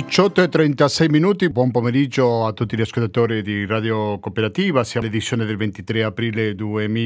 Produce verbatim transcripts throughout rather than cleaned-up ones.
diciotto e trentasei minuti, buon pomeriggio a tutti gli ascoltatori di Radio Cooperativa, siamo all'edizione del ventitré aprile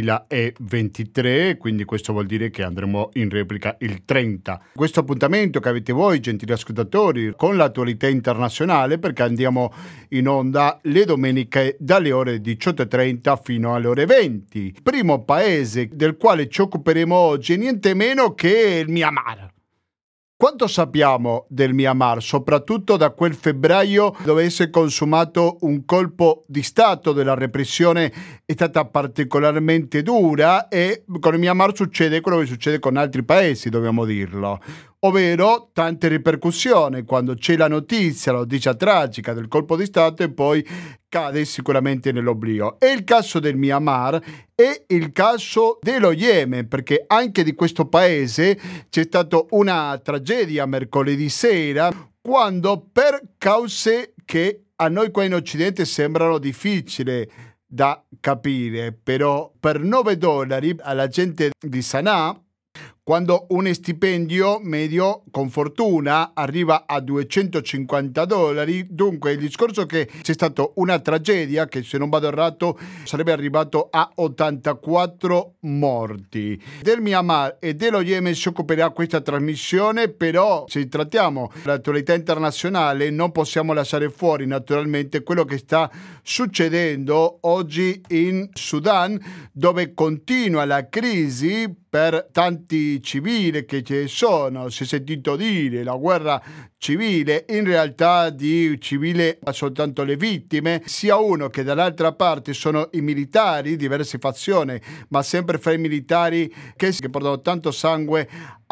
duemilaventitré, quindi questo vuol dire che andremo in replica il trenta. Questo appuntamento che avete voi, gentili ascoltatori, con l'attualità internazionale, perché andiamo in onda le domeniche dalle ore diciotto e trenta fino alle ore venti. Primo paese del quale ci occuperemo oggi è niente meno che il Myanmar. Quanto sappiamo del Myanmar, soprattutto da quel febbraio dove si è consumato un colpo di Stato, della repressione è stata particolarmente dura e con il Myanmar succede quello che succede con altri paesi, dobbiamo dirlo, ovvero tante ripercussioni quando c'è la notizia, la notizia tragica del colpo di Stato e poi cade sicuramente nell'oblio. E il caso del Myanmar è il caso dello Yemen, perché anche di questo paese c'è stata una tragedia mercoledì sera, quando per cause che a noi qua in Occidente sembrano difficili da capire, però per nove dollari alla gente di Sana'a, quando un stipendio medio con fortuna arriva a duecentocinquanta dollari, dunque il discorso è che c'è stata una tragedia che, se non vado errato, sarebbe arrivato a ottantaquattro morti. Del Myanmar e dello Yemen si occuperà questa trasmissione, però se trattiamo l'attualità internazionale non possiamo lasciare fuori naturalmente quello che sta succedendo oggi in Sudan, dove continua la crisi per tanti civili che ci sono. Si è sentito dire la guerra civile, in realtà di civile soltanto le vittime, sia uno che dall'altra parte sono i militari, diverse fazioni, ma sempre fra i militari che, che portano tanto sangue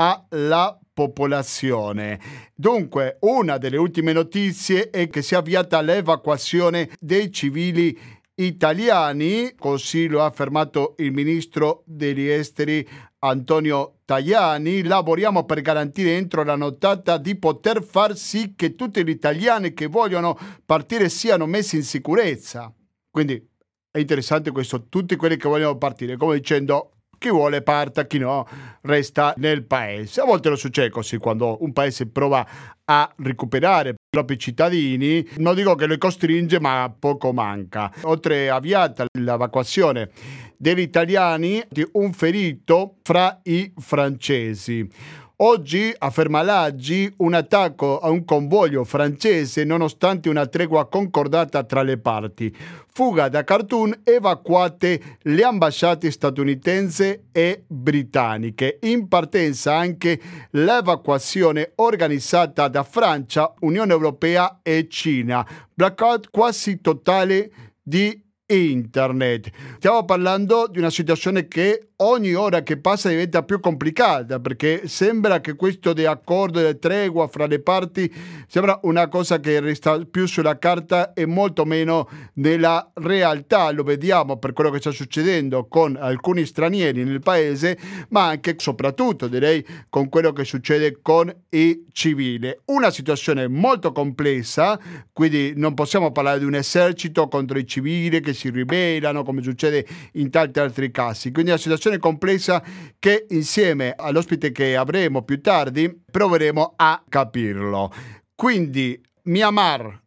alla popolazione. Dunque, una delle ultime notizie è che si è avviata l'evacuazione dei civili italiani, così lo ha affermato il ministro degli esteri Antonio Tajani. Lavoriamo per garantire entro la nottata di poter far sì che tutti gli italiani che vogliono partire siano messi in sicurezza. Quindi è interessante questo, tutti quelli che vogliono partire, come dicendo chi vuole parta, chi no resta nel paese. A volte lo succede così, quando un paese prova a recuperare i propri cittadini, non dico che li costringe, ma poco manca. Oltre avviata l'evacuazione degli italiani, un ferito fra i francesi. Oggi, afferma l'Agi, un attacco a un convoglio francese nonostante una tregua concordata tra le parti. Fuga da Khartoum, evacuate le ambasciate statunitense e britanniche. In partenza anche l'evacuazione organizzata da Francia, Unione Europea e Cina. Blackout quasi totale di internet. Stiamo parlando di una situazione che ogni ora che passa diventa più complicata, perché sembra che questo di accordo di tregua fra le parti sembra una cosa che resta più sulla carta e molto meno nella realtà. Lo vediamo per quello che sta succedendo con alcuni stranieri nel paese, ma anche soprattutto direi con quello che succede con i civili. Una situazione molto complessa, quindi non possiamo parlare di un esercito contro i civili che si ribellano come succede in tanti altri casi. Quindi una situazione complessa che insieme all'ospite che avremo più tardi proveremo a capirlo. Quindi Myanmar,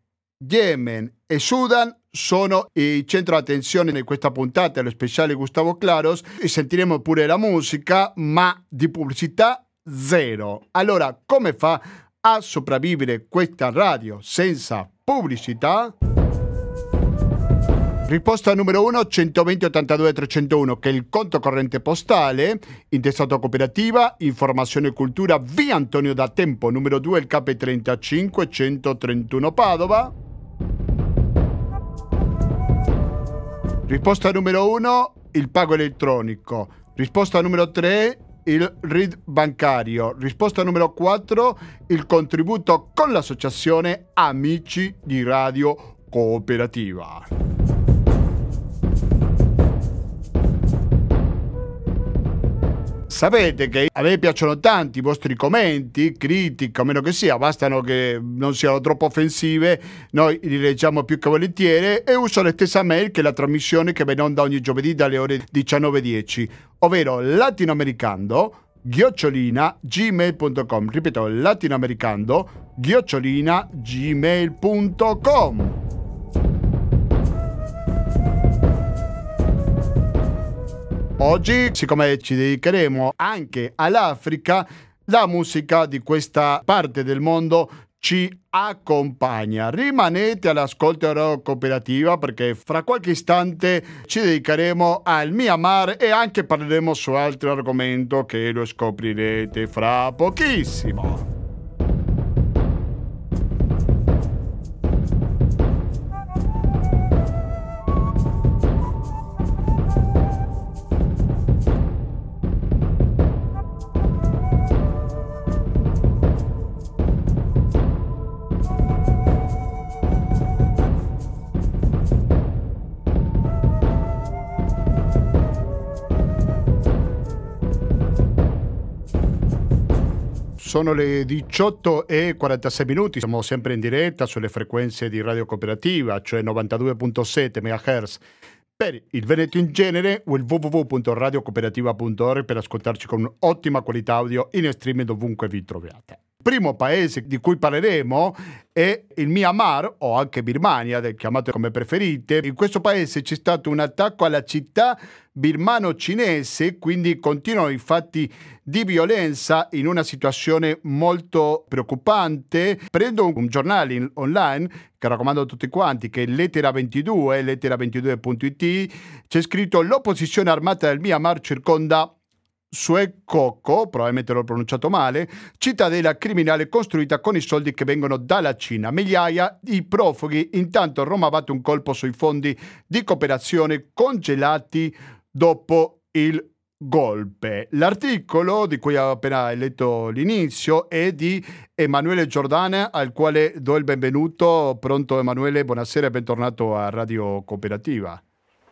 Yemen e Sudan sono i centro d'attenzione di questa puntata, lo speciale Gustavo Claros, e sentiremo pure la musica, ma di pubblicità zero. Allora, come fa a sopravvivere questa radio senza pubblicità? Risposta numero uno, centoventi ottantadue trecentouno, che è il conto corrente postale, intestato a Cooperativa, Informazione e Cultura, via Antonio da Tempo, numero due, il K trentacinque centotrentuno Padova. Risposta numero uno, il pago elettronico. Risposta numero tre, il R I D bancario. Risposta numero quattro, il contributo con l'associazione Amici di Radio Cooperativa. Sapete che a me piacciono tanti i vostri commenti, critiche, a meno che sia, bastano che non siano troppo offensive, noi li leggiamo più che volentieri e uso la stessa mail che la trasmissione che va in onda ogni giovedì dalle ore diciannove e dieci, ovvero latinoamericano chiocciolina gmail punto com. Ripeto, latinoamericano chiocciolina gmail punto com. Oggi, siccome ci dedicheremo anche all'Africa, la musica di questa parte del mondo ci accompagna. Rimanete all'ascolto della Radio Cooperativa, perché fra qualche istante ci dedicheremo al Myanmar e anche parleremo su altro argomento che lo scoprirete fra pochissimo. Sono le diciotto e quarantasei minuti, siamo sempre in diretta sulle frequenze di Radio Cooperativa, cioè novantadue virgola sette megahertz per il Veneto in genere, o il w w w punto radio cooperativa punto org per ascoltarci con ottima qualità audio in streaming ovunque vi troviate. Il primo paese di cui parleremo è il Myanmar, o anche Birmania, chiamato come preferite. In questo paese c'è stato un attacco alla città birmano-cinese, quindi continuano i fatti di violenza in una situazione molto preoccupante. Prendo un giornale in, online che raccomando a tutti quanti, che è Lettera ventidue, lettera ventidue punto it, c'è scritto: l'opposizione armata del Myanmar circonda Suekoko, probabilmente l'ho pronunciato male, cittadella criminale costruita con i soldi che vengono dalla Cina. Migliaia di profughi. Intanto Roma ha battuto un colpo sui fondi di cooperazione congelati dopo il golpe. L'articolo di cui ho appena letto l'inizio è di Emanuele Giordana, al quale do il benvenuto. Pronto Emanuele, buonasera e bentornato a Radio Cooperativa.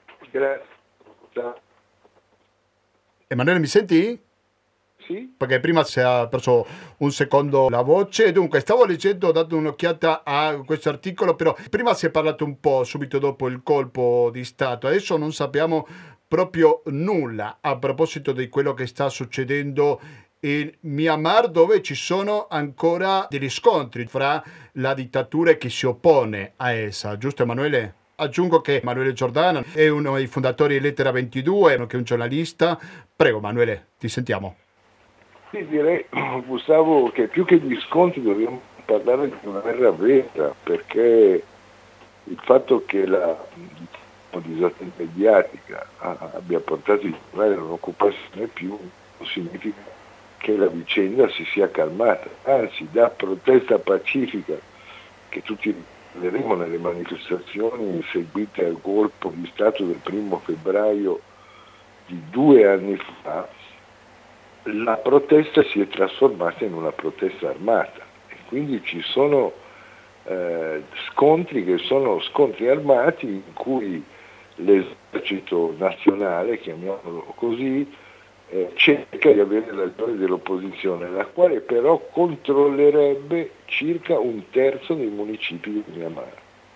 Grazie. Emanuele, mi senti? Sì. Perché prima si è perso un secondo la voce. Dunque, stavo leggendo, ho dato un'occhiata a questo articolo, però prima si è parlato un po' subito dopo il colpo di Stato. Adesso non sappiamo proprio nulla a proposito di quello che sta succedendo in Myanmar, dove ci sono ancora degli scontri fra la dittatura e chi si oppone a essa. Giusto Emanuele? Aggiungo che Emanuele Giordana è uno dei fondatori di Lettera ventidue, che è un giornalista. Prego Emanuele, ti sentiamo. Sì, direi, Gustavo, che più che di scontri dobbiamo parlare di una guerra vera, perché il fatto che la disattenzione mediatica abbia portato il giornale a non occuparsene più non significa che la vicenda si sia calmata, anzi da protesta pacifica che tutti vedremo nelle manifestazioni seguite al colpo di Stato del primo febbraio di due anni fa, la protesta si è trasformata in una protesta armata e quindi ci sono eh, scontri che sono scontri armati in cui l'esercito nazionale, chiamiamolo così, eh, cerca di avere ragione dell'opposizione, la quale però controllerebbe circa un terzo dei municipi di Myanmar.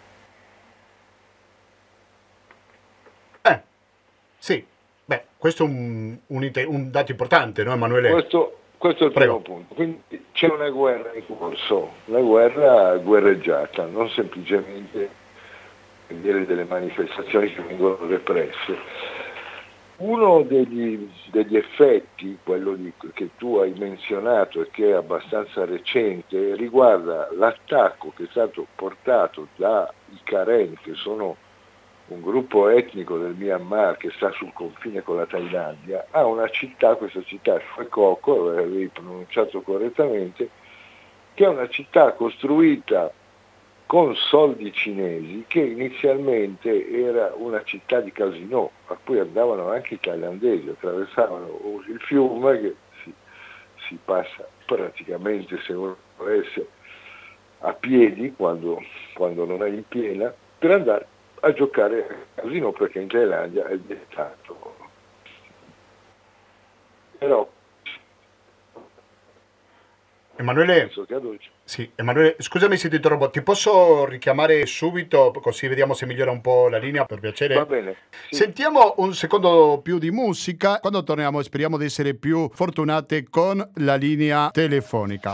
Eh, sì, beh, questo è un, un, un dato importante, no Emanuele? Questo, questo è il Prego. primo punto. Quindi c'è una guerra in corso, una guerra guerreggiata, non semplicemente vedere delle manifestazioni che vengono represse. Uno degli, degli effetti, quello di, che tu hai menzionato e che è abbastanza recente, riguarda l'attacco che è stato portato dai Karen, che sono un gruppo etnico del Myanmar che sta sul confine con la Thailandia, a una città, questa città Suekoko, l'avevi pronunciato correttamente, che è una città costruita con soldi cinesi, che inizialmente era una città di casinò, a cui andavano anche i thailandesi, attraversavano il fiume, che si, si passa praticamente, se uno volesse, a piedi quando, quando non è in piena, per andare a giocare a casino, perché in Thailandia è vietato. Però Emanuele, penso che ad oggi. sì, Emanuele, scusami se ti interrompo, ti posso richiamare subito così vediamo se migliora un po' la linea, per Va piacere? bene, sì. Sentiamo un secondo più di musica, quando torniamo speriamo di essere più fortunati con la linea telefonica.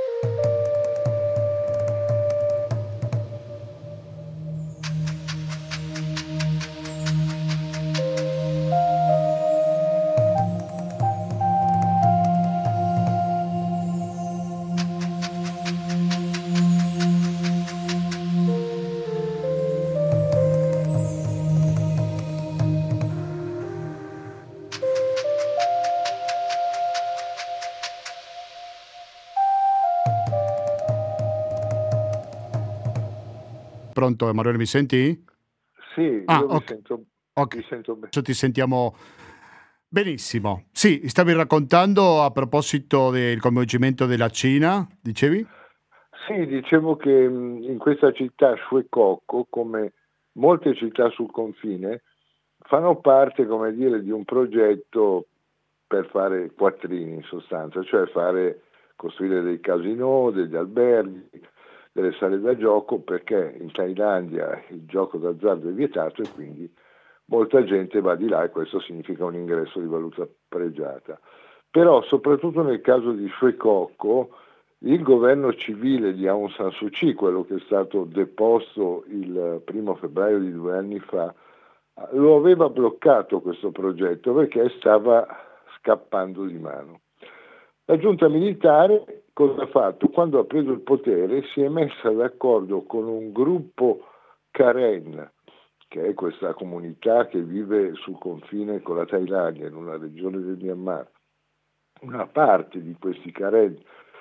Pronto Emanuele, mi senti? Sì, Ah, io vi ok, sento, ok, vi sento bene. adesso ti sentiamo benissimo. Sì, stavi raccontando a proposito del coinvolgimento della Cina, dicevi? Sì, dicevo che mh, in questa città Shueikoku, come molte città sul confine, fanno parte, come dire, di un progetto per fare quattrini in sostanza, cioè fare, costruire dei casinò, degli alberghi, delle sale da gioco, perché in Thailandia il gioco d'azzardo è vietato e quindi molta gente va di là e questo significa un ingresso di valuta pregiata. Però soprattutto nel caso di Shueikoku, il governo civile di Aung San Suu Kyi, quello che è stato deposto il primo febbraio di due anni fa, lo aveva bloccato questo progetto perché stava scappando di mano. La giunta militare cosa ha fatto? Quando ha preso il potere si è messa d'accordo con un gruppo Karen, che è questa comunità che vive sul confine con la Thailandia, in una regione del Myanmar. Una parte di questi Karen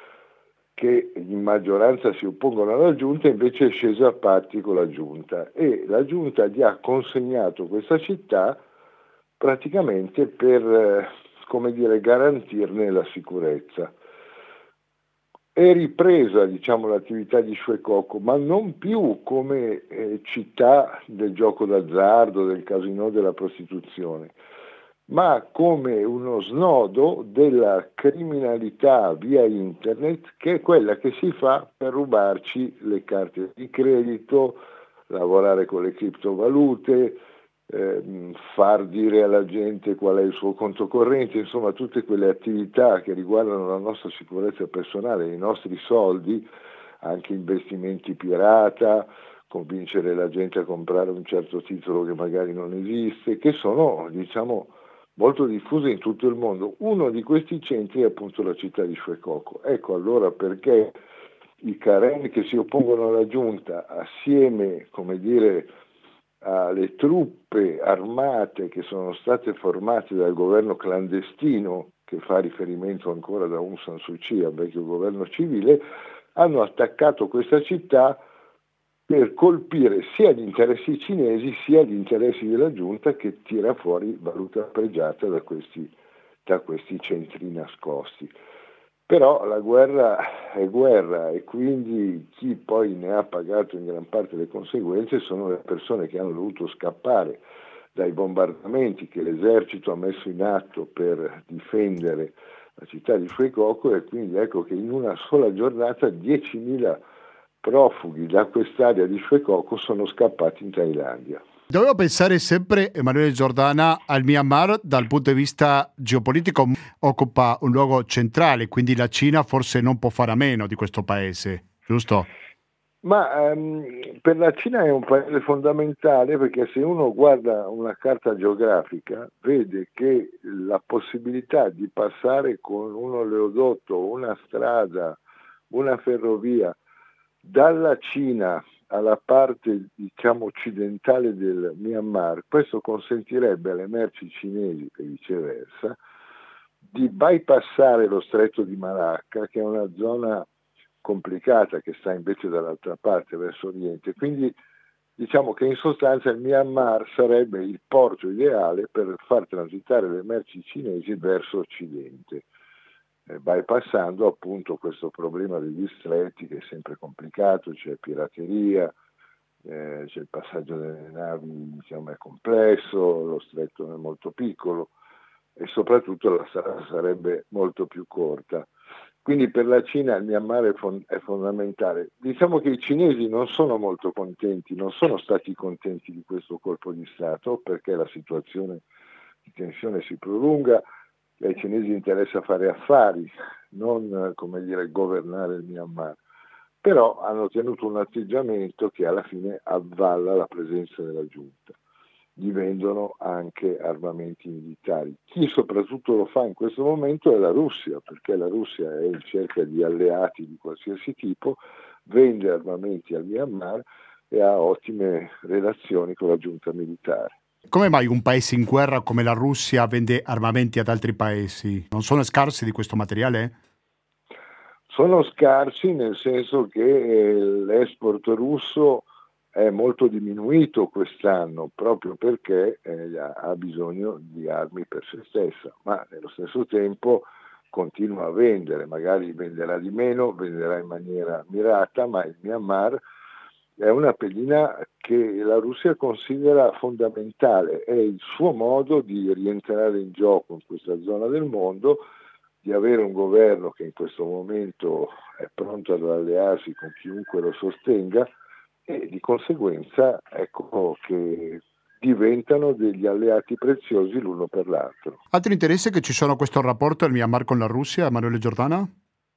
che in maggioranza si oppongono alla giunta invece è scesa a patti con la giunta e la giunta gli ha consegnato questa città praticamente per, eh, come dire, garantirne la sicurezza. È ripresa, diciamo, l'attività di Shueikoku, ma non più come eh, città del gioco d'azzardo, del casinò, della prostituzione, ma come uno snodo della criminalità via internet, che è quella che si fa per rubarci le carte di credito, lavorare con le criptovalute, ehm, far dire alla gente qual è il suo conto corrente, insomma tutte quelle attività che riguardano la nostra sicurezza personale, i nostri soldi, anche investimenti pirata, convincere la gente a comprare un certo titolo che magari non esiste, che sono, diciamo, molto diffuse in tutto il mondo. Uno di questi centri è appunto la città di Shueikoku. Ecco allora perché i Karen che si oppongono alla giunta assieme, come dire, alle truppe armate che sono state formate dal governo clandestino, che fa riferimento ancora da Aung San Suu Kyi al vecchio governo civile, hanno attaccato questa città per colpire sia gli interessi cinesi sia gli interessi della giunta che tira fuori valuta pregiata da questi, da questi centri nascosti. Però la guerra è guerra e quindi chi poi ne ha pagato in gran parte le conseguenze sono le persone che hanno dovuto scappare dai bombardamenti che l'esercito ha messo in atto per difendere la città di Shueikoku e quindi ecco che in una sola giornata diecimila profughi da quest'area di Shueikoku sono scappati in Thailandia. Dovevo pensare sempre, Emanuele Giordana, al Myanmar dal punto di vista geopolitico, occupa un luogo centrale, quindi la Cina forse non può fare a meno di questo paese, giusto? Ma ehm, per la Cina è un paese fondamentale perché se uno guarda una carta geografica vede che la possibilità di passare con un oleodotto, una strada, una ferrovia dalla Cina alla parte diciamo occidentale del Myanmar, questo consentirebbe alle merci cinesi e viceversa di bypassare lo stretto di Malacca, che è una zona complicata che sta invece dall'altra parte verso oriente. Quindi diciamo che in sostanza il Myanmar sarebbe il porto ideale per far transitare le merci cinesi verso occidente, eh, bypassando appunto questo problema degli stretti che è sempre complicato, c'è pirateria, eh, c'è il passaggio delle navi, diciamo, è complesso, lo stretto è molto piccolo e soprattutto la strada sarebbe molto più corta. Quindi per la Cina il Myanmar è, fon- è fondamentale. Diciamo che i cinesi non sono molto contenti, non sono stati contenti di questo colpo di Stato, perché la situazione di tensione si prolunga e ai cinesi interessa fare affari, non, come dire, governare il Myanmar. Però hanno tenuto un atteggiamento che alla fine avvalla la presenza della giunta. Gli vendono anche armamenti militari. Chi soprattutto lo fa in questo momento è la Russia, perché la Russia è in cerca di alleati di qualsiasi tipo, vende armamenti al Myanmar e ha ottime relazioni con la giunta militare. Come mai un paese in guerra come la Russia vende armamenti ad altri paesi? Non sono scarsi di questo materiale? Sono scarsi nel senso che eh, l'export russo è molto diminuito quest'anno proprio perché eh, ha bisogno di armi per se stessa, ma nello stesso tempo continua a vendere, magari venderà di meno, venderà in maniera mirata, ma il Myanmar è una pedina che la Russia considera fondamentale, è il suo modo di rientrare in gioco in questa zona del mondo, di avere un governo che in questo momento è pronto ad allearsi con chiunque lo sostenga e di conseguenza ecco che diventano degli alleati preziosi l'uno per l'altro. Altri interessi che ci sono a questo rapporto del Myanmar con la Russia, Emanuele Giordana?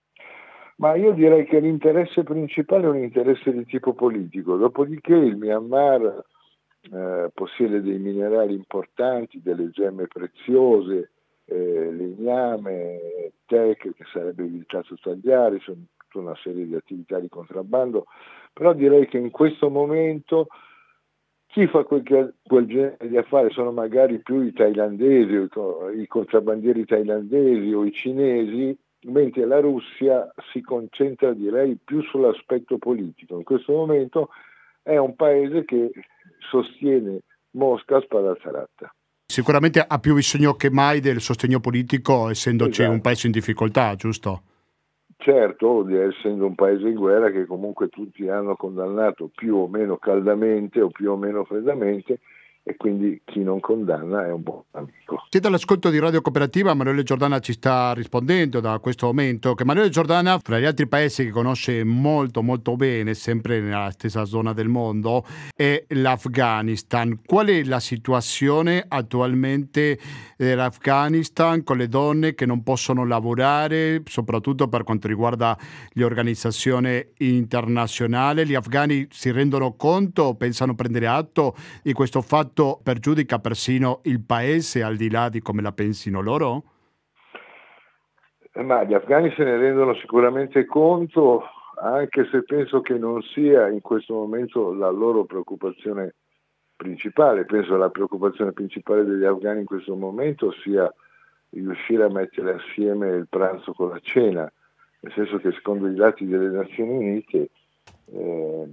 Ma io direi che l'interesse principale è un interesse di tipo politico, dopodiché il Myanmar eh, possiede dei minerali importanti, delle gemme preziose, eh, legname, tech che sarebbe evitato tagliare, sono tutta una serie di attività di contrabbando, però direi che in questo momento chi fa quel, quel genere di affari sono magari più i thailandesi, o i, i contrabbandieri thailandesi o i cinesi, mentre la Russia si concentra direi più sull'aspetto politico. In questo momento è un paese che sostiene Mosca a spallata ratta. Sicuramente ha più bisogno che mai del sostegno politico, essendoci Esatto. un paese in difficoltà, giusto? Certo, essendo un paese in guerra che comunque tutti hanno condannato più o meno caldamente o più o meno freddamente, e quindi chi non condanna è un buon amico. Siete all'ascolto di Radio Cooperativa, Emanuele Giordana ci sta rispondendo da questo momento, che Emanuele Giordana, fra gli altri paesi che conosce molto molto bene, sempre nella stessa zona del mondo, è l'Afghanistan. Qual è la situazione attualmente dell'Afghanistan con le donne che non possono lavorare, soprattutto per quanto riguarda le organizzazioni internazionali? Gli afghani si rendono conto, pensano prendere atto di questo fatto? Pergiudica persino il paese al di là di come la pensino loro? Ma gli afghani se ne rendono sicuramente conto, anche se penso che non sia in questo momento la loro preoccupazione principale. Penso che la preoccupazione principale degli afghani in questo momento sia riuscire a mettere assieme il pranzo con la cena, nel senso che secondo i dati delle Nazioni Unite eh,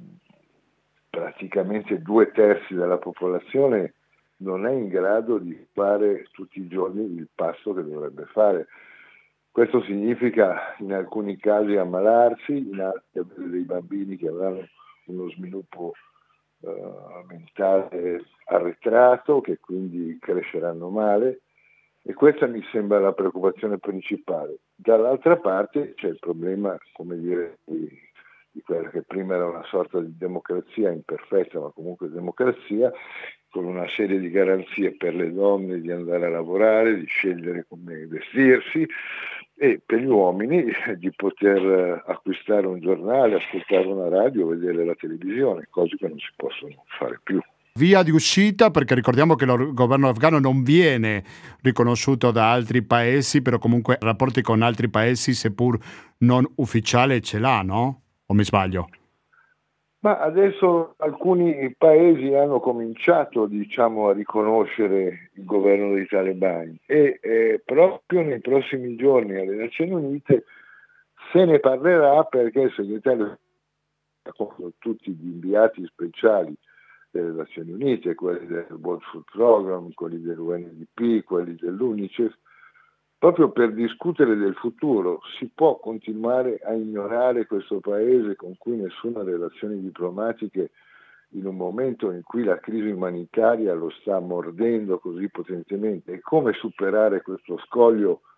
praticamente due terzi della popolazione non è in grado di fare tutti i giorni il pasto che dovrebbe fare. Questo significa in alcuni casi ammalarsi, in altri avere dei bambini che avranno uno sviluppo eh, mentale arretrato, che quindi cresceranno male, e questa mi sembra la preoccupazione principale. Dall'altra parte c'è il problema, come dire, di di quella che prima era una sorta di democrazia imperfetta, ma comunque democrazia, con una serie di garanzie per le donne di andare a lavorare, di scegliere come vestirsi, e per gli uomini di poter acquistare un giornale, ascoltare una radio, vedere la televisione, cose che non si possono fare più. Via di uscita, perché ricordiamo che il governo afghano non viene riconosciuto da altri paesi, però comunque rapporti con altri paesi, seppur non ufficiale, ce l'ha, no? O mi sbaglio? Ma adesso alcuni paesi hanno cominciato, diciamo, a riconoscere il governo dei talebani e eh, proprio nei prossimi giorni alle Nazioni Unite se ne parlerà, perché il segretario con tutti gli inviati speciali delle Nazioni Unite, quelli del World Food Program, quelli dell'U N D P, quelli dell'UNICEF, proprio per discutere del futuro. Si può continuare a ignorare questo paese con cui nessuna relazione diplomatiche, in un momento in cui la crisi umanitaria lo sta mordendo così potentemente, e come superare questo scoglio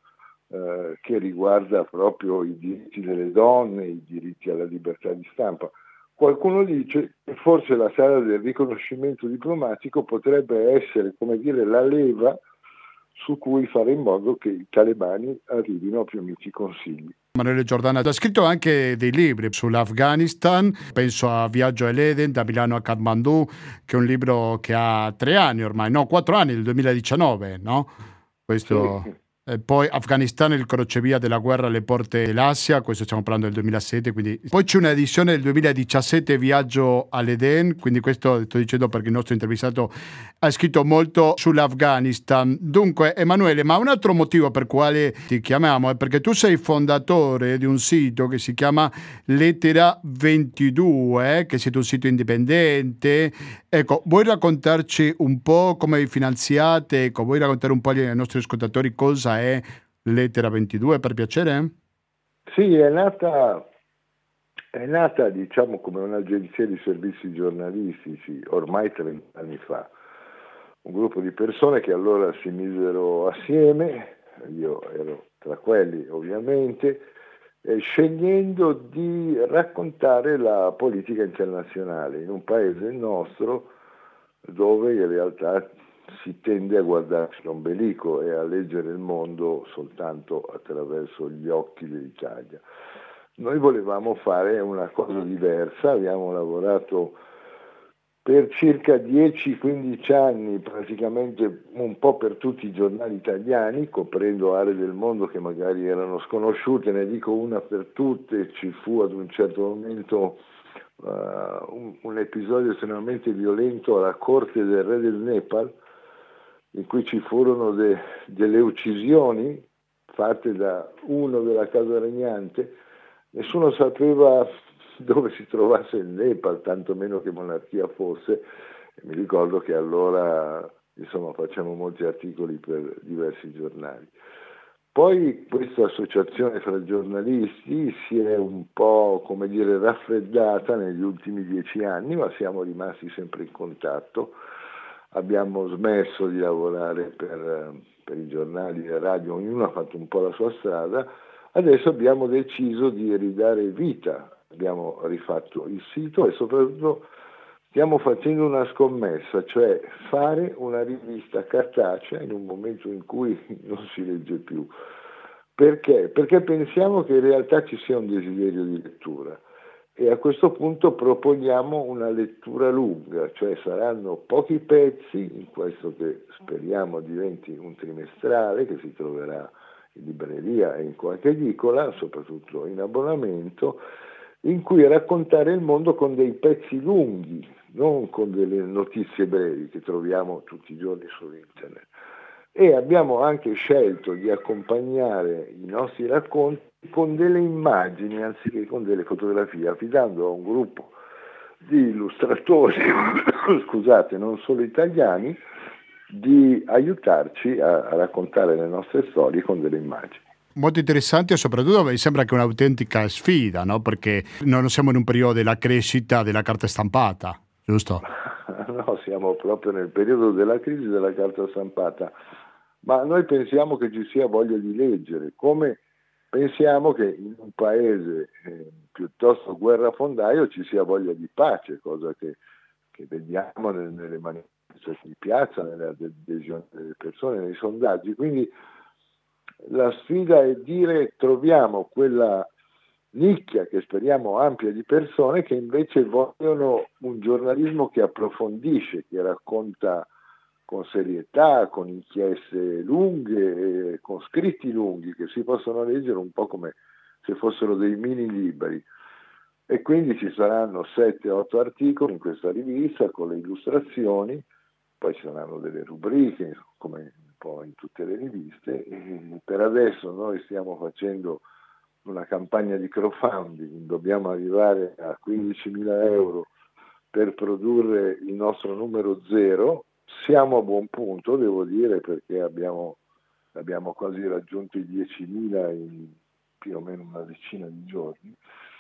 eh, che riguarda proprio i diritti delle donne, i diritti alla libertà di stampa. Qualcuno dice che forse la sala del riconoscimento diplomatico potrebbe essere, come dire, la leva su cui fare in modo che i talebani arrivino a più amici consigli. Emanuele Giordana ha scritto anche dei libri sull'Afghanistan, penso a Viaggio all'Eden, da Milano a Kathmandu, che è un libro che ha tre anni ormai, no, quattro anni, del duemiladiciannove, no? Questo... Sì. Eh, poi Afghanistan, il crocevia della guerra alle porte dell'Asia, questo stiamo parlando del duemilasette, quindi... Poi c'è una edizione del duemiladiciassette, Viaggio all'Eden, quindi questo sto dicendo perché il nostro intervistato ha scritto molto sull'Afghanistan. Dunque, Emanuele, ma un altro motivo per quale ti chiamiamo è perché tu sei fondatore di un sito che si chiama Lettera ventidue, che siete un sito indipendente. Ecco, vuoi raccontarci un po' come vi finanziate? Ecco, vuoi raccontare un po' ai nostri ascoltatori cosa è Lettera ventidue, per piacere? Sì, è nata, è nata diciamo come un'agenzia di servizi giornalistici ormai trenta anni fa. Un gruppo di persone che allora si misero assieme, io ero tra quelli ovviamente, eh, scegliendo di raccontare la politica internazionale in un paese, il nostro, dove in realtà si tende a guardarsi l'ombelico e a leggere il mondo soltanto attraverso gli occhi dell'Italia. Noi volevamo fare una cosa diversa, abbiamo lavorato per circa dieci quindici anni, praticamente un po' per tutti i giornali italiani, coprendo aree del mondo che magari erano sconosciute, ne dico una per tutte, ci fu ad un certo momento uh, un, un episodio estremamente violento alla corte del re del Nepal, in cui ci furono de, delle uccisioni fatte da uno della casa regnante. Nessuno sapeva dove si trovasse il Nepal, tantomeno che monarchia fosse, e mi ricordo che allora insomma facciamo molti articoli per diversi giornali. Poi questa associazione fra giornalisti si è un po', come dire, raffreddata negli ultimi dieci anni, ma siamo rimasti sempre in contatto. Abbiamo smesso di lavorare per, per i giornali e le radio, ognuno ha fatto un po' la sua strada. Adesso abbiamo deciso di ridare vita, abbiamo rifatto il sito e soprattutto stiamo facendo una scommessa, cioè fare una rivista cartacea in un momento in cui non si legge più. Perché? Perché pensiamo che in realtà ci sia un desiderio di lettura e a questo punto proponiamo una lettura lunga, cioè saranno pochi pezzi, in questo che speriamo diventi un trimestrale che si troverà in libreria e in qualche edicola, soprattutto in abbonamento, in cui raccontare il mondo con dei pezzi lunghi, non con delle notizie brevi che troviamo tutti i giorni su internet. E abbiamo anche scelto di accompagnare i nostri racconti con delle immagini anziché con delle fotografie, affidando a un gruppo di illustratori, scusate, non solo italiani, di aiutarci a, a raccontare le nostre storie con delle immagini. Molto interessante e soprattutto mi sembra che è un'autentica sfida, no? Perché non siamo in un periodo della crescita della carta stampata, giusto? No, siamo proprio nel periodo della crisi della carta stampata, ma noi pensiamo che ci sia voglia di leggere, come pensiamo che in un paese eh, piuttosto guerrafondaio ci sia voglia di pace, cosa che, che vediamo nelle, nelle manifestazioni di piazza, nelle adesioni delle persone, nei sondaggi. Quindi la sfida è dire troviamo quella nicchia che speriamo ampia di persone che invece vogliono un giornalismo che approfondisce, che racconta con serietà, con inchieste lunghe, con scritti lunghi che si possono leggere un po' come se fossero dei mini libri. E quindi ci saranno sette otto articoli in questa rivista con le illustrazioni, poi ci saranno delle rubriche come un po' in tutte le riviste. E per adesso noi stiamo facendo una campagna di crowdfunding, dobbiamo arrivare a quindicimila euro per produrre il nostro numero zero. Siamo a buon punto, devo dire, perché abbiamo, abbiamo quasi raggiunto i diecimila in più o meno una decina di giorni.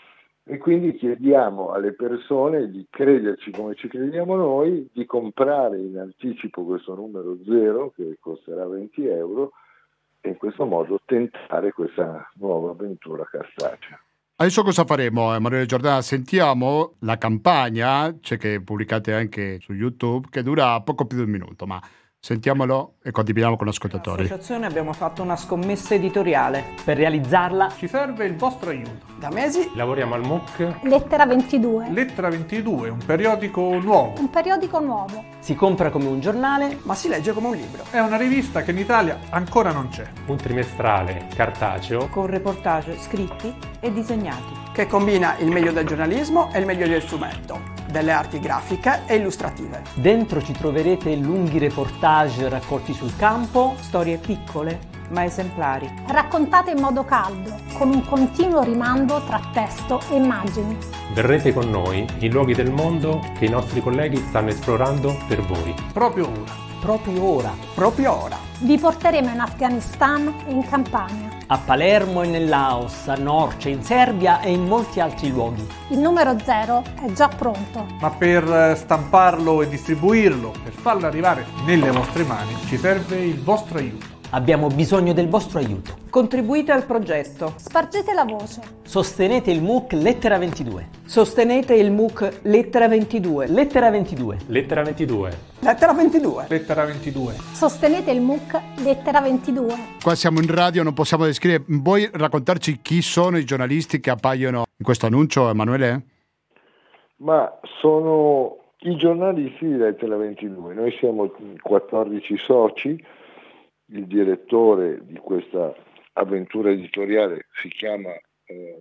E quindi chiediamo alle persone di crederci come ci crediamo noi, di comprare in anticipo questo numero zero che costerà venti euro e in questo modo tentare questa nuova avventura cartacea. Adesso cosa faremo, Emanuele Giordana? Sentiamo la campagna, c'è che pubblicate anche su YouTube, che dura poco più di un minuto, ma sentiamolo e condividiamo con gli ascoltatori. Nell'associazione abbiamo fatto una scommessa editoriale. Per realizzarla ci serve il vostro aiuto. da mesi Lavoriamo al M U C. Lettera ventidue. Lettera ventidue, un periodico nuovo. Un periodico nuovo. si compra come un giornale, ma si legge come un libro. È una rivista che in Italia ancora non c'è. Un trimestrale cartaceo con reportage scritti e disegnati. Che combina il meglio del giornalismo e il meglio del fumetto, delle arti grafiche e illustrative. Dentro ci troverete lunghi reportage raccolti sul campo, storie piccole ma esemplari. Raccontate in modo caldo, con un continuo rimando tra testo e immagini. Verrete con noi in luoghi del mondo che i nostri colleghi stanno esplorando per voi. Proprio ora. Proprio ora. Proprio ora. Vi porteremo in Afghanistan e in Campania. A Palermo e nel Laos, a Norcia, in Serbia e in molti altri luoghi. Il numero zero è già pronto. Ma per stamparlo e distribuirlo, per farlo arrivare nelle vostre mani, ci serve il vostro aiuto. Abbiamo bisogno del vostro aiuto. Contribuite al progetto. Spargete la voce. Sostenete il M U C Lettera ventidue. Sostenete il M U C Lettera ventidue. Lettera ventidue. Lettera ventidue. Lettera ventidue. Lettera ventidue. Sostenete il M U C Lettera ventidue. Qua siamo in radio, non possiamo descrivere. Vuoi raccontarci chi sono i giornalisti che appaiono in questo annuncio, Emanuele? Ma sono i giornalisti di Lettera ventidue. Noi siamo quattordici soci. Il direttore di questa avventura editoriale si chiama eh...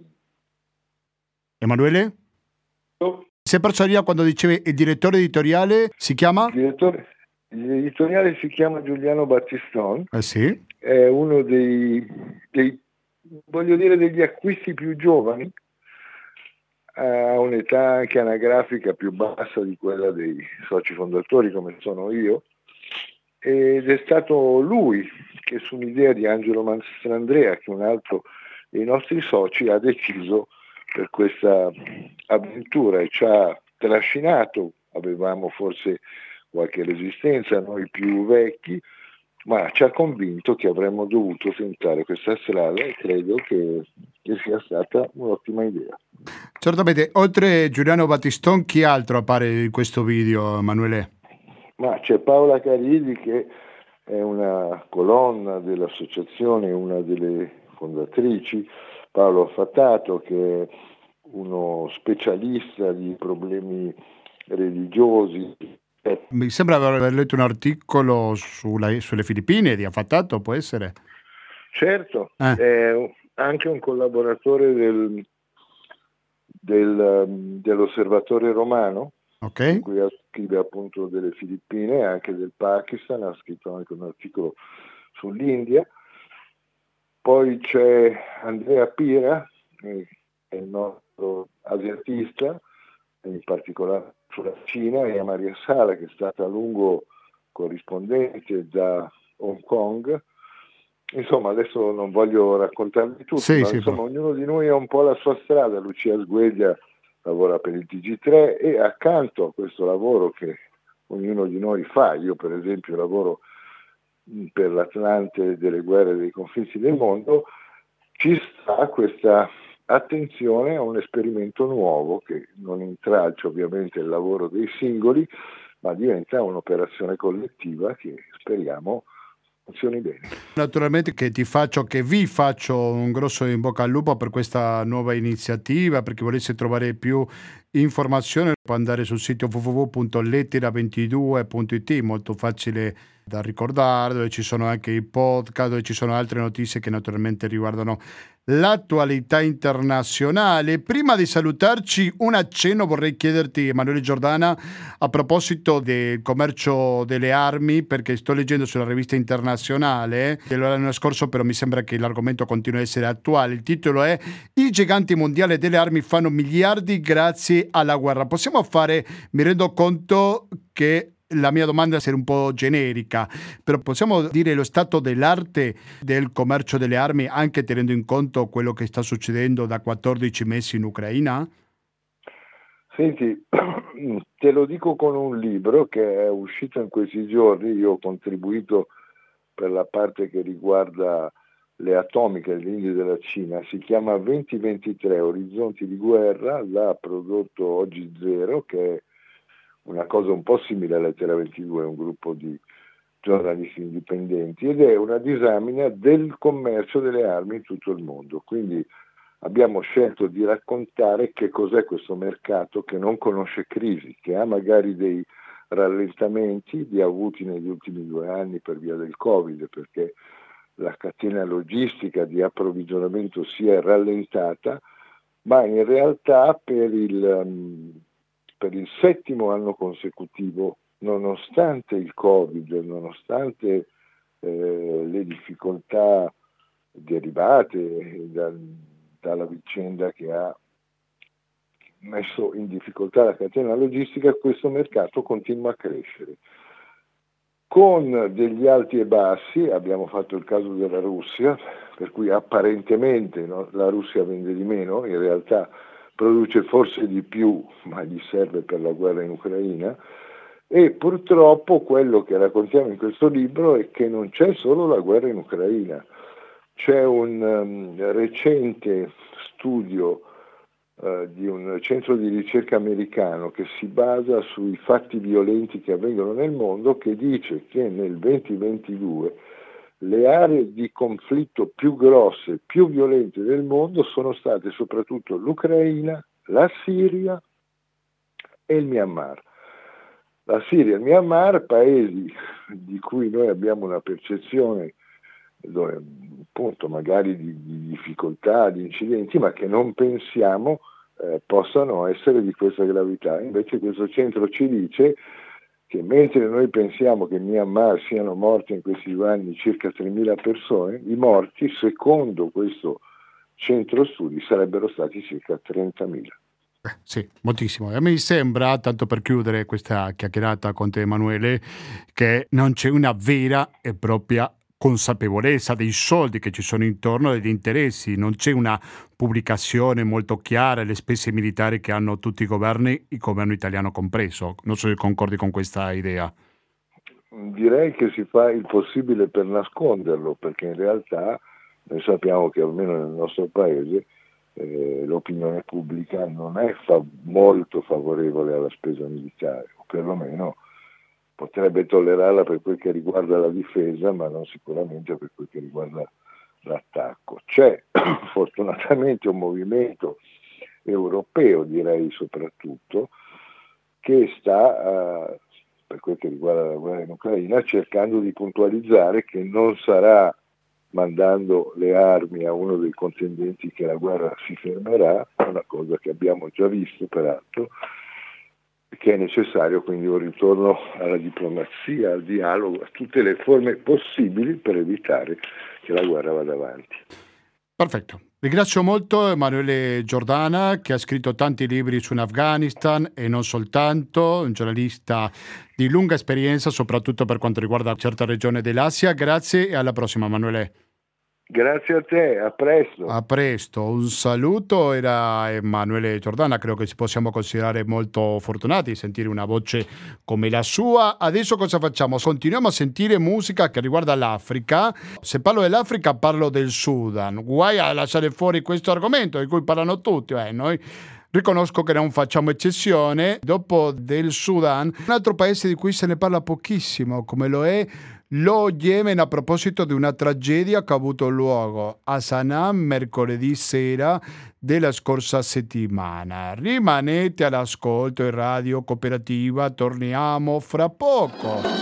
Emanuele? Oh. Si è perso via quando dicevi il direttore editoriale si chiama? Il direttore l'editoriale si chiama Giuliano Battiston. Eh sì. È uno dei, dei voglio dire degli acquisti più giovani, ha un'età anche anagrafica più bassa di quella dei soci fondatori come sono io. Ed è stato lui che su un'idea di Angelo Mastrandrea, che è un altro dei nostri soci, ha deciso per questa avventura e ci ha trascinato. Avevamo forse qualche resistenza, noi più vecchi, ma ci ha convinto che avremmo dovuto tentare questa strada e credo che, che sia stata un'ottima idea. Certamente, oltre Giuliano Battiston, chi altro appare in questo video, Emanuele? Ma c'è Paola Carilli che è una colonna dell'associazione, una delle fondatrici, Paolo Fattato che è uno specialista di problemi religiosi. Mi sembra aver letto un articolo sulla, sulle Filippine di Affattato, può essere? Certo, eh. è anche un collaboratore del, del, dell'Osservatore Romano. Okay. Qui scrive appunto delle Filippine e anche del Pakistan, ha scritto anche un articolo sull'India. Poi c'è Andrea Pira, che è il nostro asiatista, in particolare sulla Cina, e Maria Sala, che è stata a lungo corrispondente da Hong Kong. Insomma, adesso non voglio raccontarvi tutto, sì, ma sì, insomma, poi. ognuno di noi ha un po' la sua strada. Lucia Sgueglia lavora per il T G tre e accanto a questo lavoro che ognuno di noi fa, io per esempio lavoro per l'Atlante delle guerre e dei conflitti del mondo, ci sta questa attenzione a un esperimento nuovo che non intralcia ovviamente il lavoro dei singoli, ma diventa un'operazione collettiva che speriamo funzioni bene. Naturalmente che ti faccio, che vi faccio un grosso in bocca al lupo per questa nuova iniziativa. Per chi volesse trovare più informazioni può andare sul sito w w w punto lettera ventidue punto i t, molto facile da ricordare, dove ci sono anche i podcast, dove ci sono altre notizie che naturalmente riguardano l'attualità internazionale. Prima di salutarci, un accenno vorrei chiederti, Emanuele Giordana, a proposito del commercio delle armi, perché sto leggendo sulla rivista internazionale dell'anno scorso, però mi sembra che l'argomento continua a essere attuale. Il titolo è "I giganti mondiali delle armi fanno miliardi grazie alla guerra". Possiamo fare, mi rendo conto che la mia domanda è essere un po' generica, però possiamo dire lo stato dell'arte del commercio delle armi anche tenendo in conto quello che sta succedendo da quattordici mesi in Ucraina? Senti, te lo dico con un libro che è uscito in questi giorni. Io ho contribuito per la parte che riguarda le atomiche dell'India e della Cina, si chiama venti ventitré Orizzonti di guerra, l'ha prodotto Oggi Zero, che è una cosa un po' simile a Lettera ventidue, un gruppo di giornalisti indipendenti, ed è una disamina del commercio delle armi in tutto il mondo. Quindi abbiamo scelto di raccontare che cos'è questo mercato che non conosce crisi, che ha magari dei rallentamenti li ha avuti negli ultimi due anni per via del Covid, perché la catena logistica di approvvigionamento si è rallentata, ma in realtà per il, um, per il settimo anno consecutivo, nonostante il Covid, nonostante eh, le difficoltà derivate dal, dalla vicenda che ha messo in difficoltà la catena logistica, questo mercato continua a crescere. Con degli alti e bassi, abbiamo fatto il caso della Russia, per cui apparentemente, no, la Russia vende di meno, in realtà produce forse di più, ma gli serve per la guerra in Ucraina, e purtroppo quello che raccontiamo in questo libro è che non c'è solo la guerra in Ucraina, c'è un um, recente studio Uh, di un centro di ricerca americano che si basa sui fatti violenti che avvengono nel mondo, che dice che nel duemilaventidue le aree di conflitto più grosse, più violente del mondo sono state soprattutto l'Ucraina, la Siria e il Myanmar. La Siria e il Myanmar, paesi di cui noi abbiamo una percezione dove, appunto, magari di, di difficoltà, di incidenti, ma che non pensiamo eh, possano essere di questa gravità. Invece questo centro ci dice che mentre noi pensiamo che in Myanmar siano morti in questi due anni circa tremila persone, i morti, secondo questo centro studi, sarebbero stati circa trentamila. Eh, sì, moltissimo. A me sembra, tanto per chiudere questa chiacchierata con te, Emanuele, che non c'è una vera e propria consapevolezza dei soldi che ci sono intorno, degli interessi, non c'è una pubblicazione molto chiara delle spese militari che hanno tutti i governi, il governo italiano compreso. Non so se concordi con questa idea. Direi che si fa il possibile per nasconderlo, perché in realtà noi sappiamo che almeno nel nostro paese eh, l'opinione pubblica non è fa- molto favorevole alla spesa militare, o perlomeno potrebbe tollerarla per quel che riguarda la difesa, ma non sicuramente per quel che riguarda l'attacco. C'è fortunatamente un movimento europeo, direi soprattutto, che sta, uh, per quel che riguarda la guerra in Ucraina, cercando di puntualizzare che non sarà mandando le armi a uno dei contendenti che la guerra si fermerà, una cosa che abbiamo già visto peraltro, che è necessario quindi un ritorno alla diplomazia, al dialogo, a tutte le forme possibili per evitare che la guerra vada avanti. Perfetto. Ringrazio molto Emanuele Giordana, che ha scritto tanti libri su Afghanistan e non soltanto, un giornalista di lunga esperienza, soprattutto per quanto riguarda certa regione dell'Asia. Grazie e alla prossima, Emanuele. Grazie a te, a presto. A presto, un saluto, era Emanuele Giordana, credo che ci possiamo considerare molto fortunati di sentire una voce come la sua. Adesso cosa facciamo? Continuiamo a sentire musica che riguarda l'Africa. Se parlo dell'Africa parlo del Sudan, guai a lasciare fuori questo argomento di cui parlano tutti, eh, noi riconosco che non facciamo eccezione. Dopo del Sudan, un altro paese di cui se ne parla pochissimo, come lo è lo Yemen, a proposito di una tragedia che ha avuto luogo a Sana'a mercoledì sera della scorsa settimana. Rimanete all'ascolto in Radio Cooperativa, torniamo fra poco.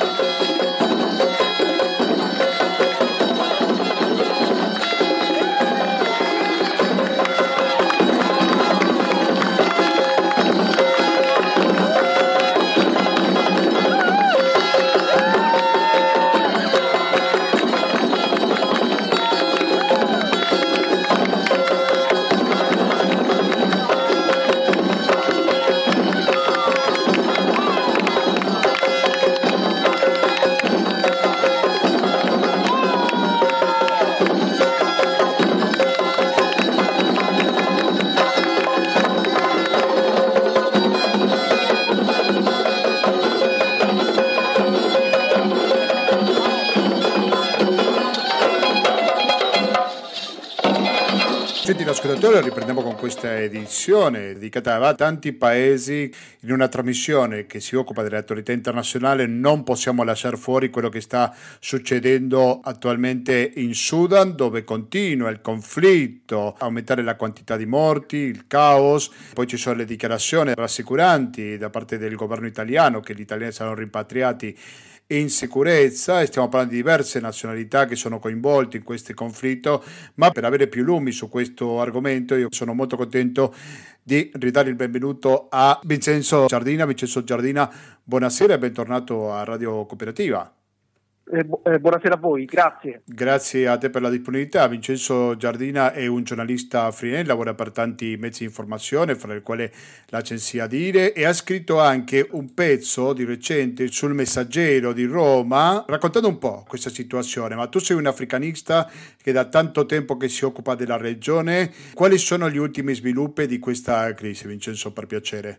Gentili ascoltatori, riprendiamo con questa edizione dedicata a tanti paesi in una trasmissione che si occupa dell'attualità internazionale. Non possiamo lasciare fuori quello che sta succedendo attualmente in Sudan, dove continua il conflitto, aumentare la quantità di morti, il caos. Poi ci sono le dichiarazioni rassicuranti da parte del governo italiano che gli italiani saranno rimpatriati in sicurezza, e stiamo parlando di diverse nazionalità che sono coinvolte in questo conflitto. Ma per avere più lumi su questo argomento io sono molto contento di ridare il benvenuto a Vincenzo Giardina. Vincenzo Giardina, buonasera e bentornato a Radio Cooperativa. Eh, bu- eh, buonasera a voi, grazie. Grazie a te per la disponibilità. Vincenzo Giardina è un giornalista freelance, lavora per tanti mezzi di informazione, fra i quali l'Agenzia Dire, e ha scritto anche un pezzo di recente sul Messaggero di Roma, raccontando un po' questa situazione. Ma tu sei un africanista che da tanto tempo che si occupa della regione. Quali sono gli ultimi sviluppi di questa crisi, Vincenzo, per piacere?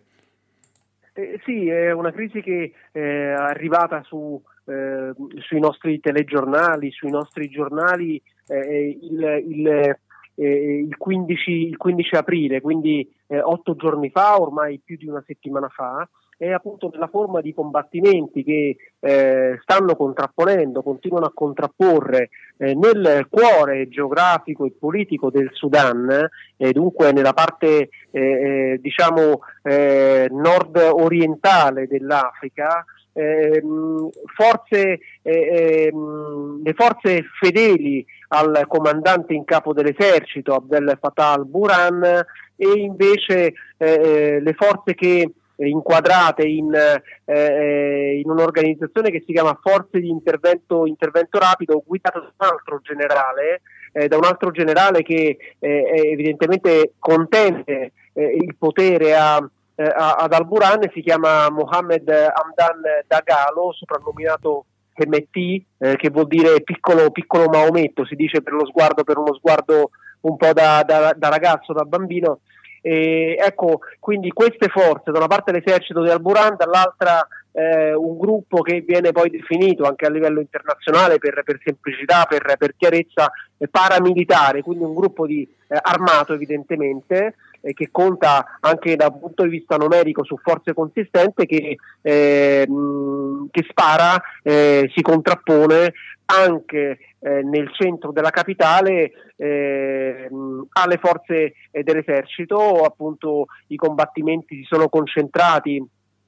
Eh, sì, è una crisi che è arrivata su Eh, sui nostri telegiornali, sui nostri giornali eh, il, il, eh, il, quindici, il quindici aprile, quindi eh, otto giorni fa, ormai più di una settimana fa, è appunto nella forma di combattimenti che eh, stanno contrapponendo, continuano a contrapporre eh, nel cuore geografico e politico del Sudan, e eh, dunque nella parte eh, diciamo eh, nord-orientale dell'Africa. Eh, forze, eh, le forze fedeli al comandante in capo dell'esercito Abdel Fattah al-Burhan, e invece eh, le forze che inquadrate in, eh, in un'organizzazione che si chiama Forze di Intervento, intervento Rapido, guidata da un altro generale, eh, da un altro generale che eh, evidentemente contende eh, il potere a Eh, ad al-Burhan. Si chiama Mohammed Hamdan Dagalo, soprannominato Hemeti, eh, che vuol dire piccolo, piccolo Maometto, si dice per lo sguardo, per uno sguardo un po' da, da, da ragazzo, da bambino. E ecco, quindi queste forze, da una parte l'esercito di al-Burhan, dall'altra eh, un gruppo che viene poi definito anche a livello internazionale per, per semplicità, per, per chiarezza, eh, paramilitare, quindi un gruppo di eh, armato evidentemente, eh, che conta anche da un punto di vista numerico su forze consistenti, che, eh, mh, che spara, eh, si contrappone anche eh, nel centro della capitale eh, alle forze eh, dell'esercito. Appunto i combattimenti si sono concentrati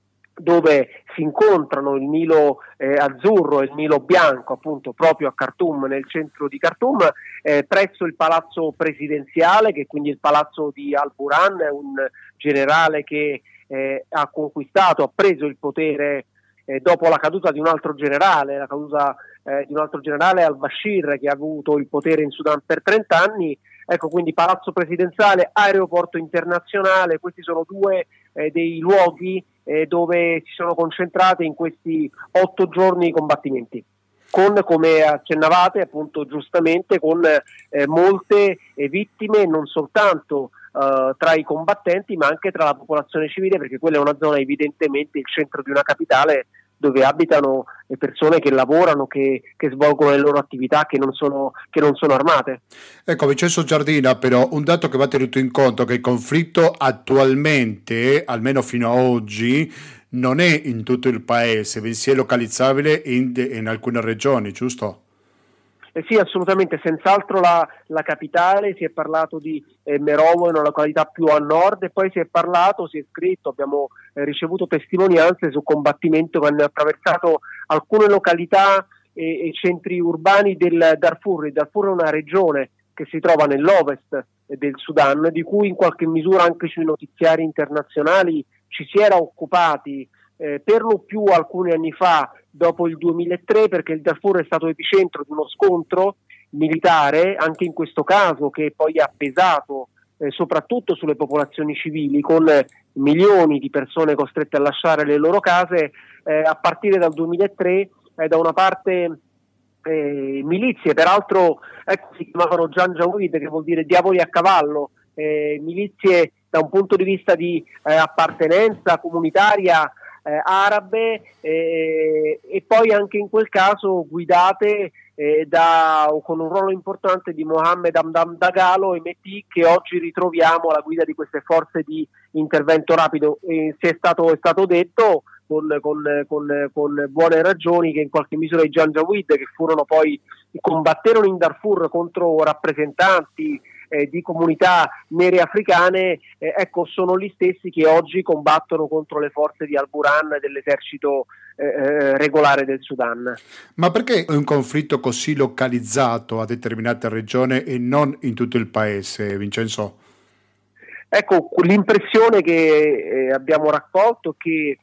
dove si incontrano il Nilo eh, azzurro e il Nilo bianco, appunto proprio a Khartoum, nel centro di Khartoum, eh, presso il palazzo presidenziale, che è quindi il palazzo di al-Burhan, un generale che eh, ha conquistato, ha preso il potere eh, dopo la caduta di un altro generale, la caduta eh, di un altro generale al-Bashir, che ha avuto il potere in Sudan per trenta anni. Ecco, quindi palazzo presidenziale, aeroporto internazionale, questi sono due eh, dei luoghi eh, dove si sono concentrati in questi otto giorni i combattimenti, con, come accennavate appunto giustamente, con eh, molte eh, vittime non soltanto eh, tra i combattenti, ma anche tra la popolazione civile, perché quella è una zona evidentemente il centro di una capitale dove abitano persone che lavorano, che, che svolgono le loro attività, che non sono, che non sono armate. Ecco, Vincenzo Giardina, però un dato che va tenuto in conto è che il conflitto attualmente, almeno fino ad oggi, non è in tutto il paese, bensì è localizzabile in, in alcune regioni, giusto? Eh sì, assolutamente, senz'altro la, la capitale. Si è parlato di eh, Merovo, una località più a nord, e poi si è parlato, si è scritto, abbiamo eh, ricevuto testimonianze su combattimento che hanno attraversato alcune località e, e centri urbani del Darfur. Il Darfur è una regione che si trova nell'ovest del Sudan, di cui in qualche misura anche sui notiziari internazionali ci si era occupati eh, per lo più alcuni anni fa, dopo il duemilatré, perché il Darfur è stato epicentro di uno scontro militare, anche in questo caso, che poi ha pesato eh, soprattutto sulle popolazioni civili, con eh, milioni di persone costrette a lasciare le loro case eh, a partire dal duemilatré. Eh, da una parte eh, milizie, peraltro ecco, si chiamavano Janjaweed, che vuol dire diavoli a cavallo, eh, milizie da un punto di vista di eh, appartenenza comunitaria eh, arabe, eh, e poi anche in quel caso guidate eh, da, con un ruolo importante di Mohammed Hamdan Dagalo, M T, che oggi ritroviamo alla guida di queste forze di intervento rapido. Eh, si è stato, è stato detto con, con, con, con buone ragioni che in qualche misura i Janjaweed, che furono poi combatterono in Darfur contro rappresentanti eh, di comunità nere africane, eh, ecco, sono gli stessi che oggi combattono contro le forze di Al-Burhan e dell'esercito eh, regolare del Sudan. Ma perché è un conflitto così localizzato a determinate regioni e non in tutto il paese, Vincenzo? Ecco, l'impressione che eh, abbiamo raccolto è che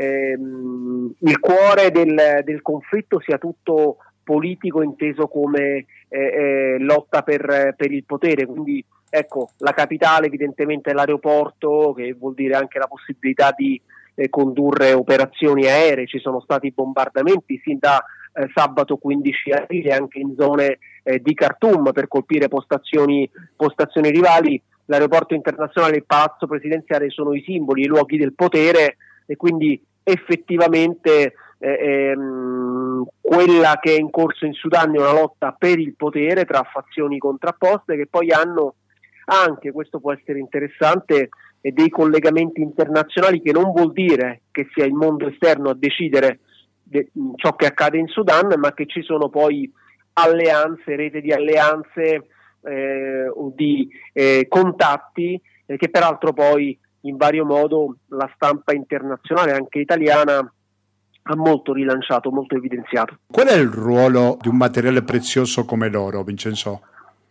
ehm, il cuore del, del conflitto sia tutto politico, inteso come eh, eh, lotta per, per il potere. Quindi ecco, la capitale evidentemente è l'aeroporto, che vuol dire anche la possibilità di eh, condurre operazioni aeree. Ci sono stati bombardamenti sin da eh, sabato quindici aprile anche in zone eh, di Khartoum per colpire postazioni, postazioni rivali. L'aeroporto internazionale e il palazzo presidenziale sono i simboli, i luoghi del potere, e quindi effettivamente eh, ehm, quella che è in corso in Sudan è una lotta per il potere tra fazioni contrapposte, che poi hanno anche, questo può essere interessante, eh, dei collegamenti internazionali, che non vuol dire che sia il mondo esterno a decidere de- ciò che accade in Sudan, ma che ci sono poi alleanze, rete di alleanze Eh, o di eh, contatti eh, che peraltro poi in vario modo la stampa internazionale, anche italiana, ha molto rilanciato, molto evidenziato. Qual è il ruolo di un materiale prezioso come l'oro, Vincenzo?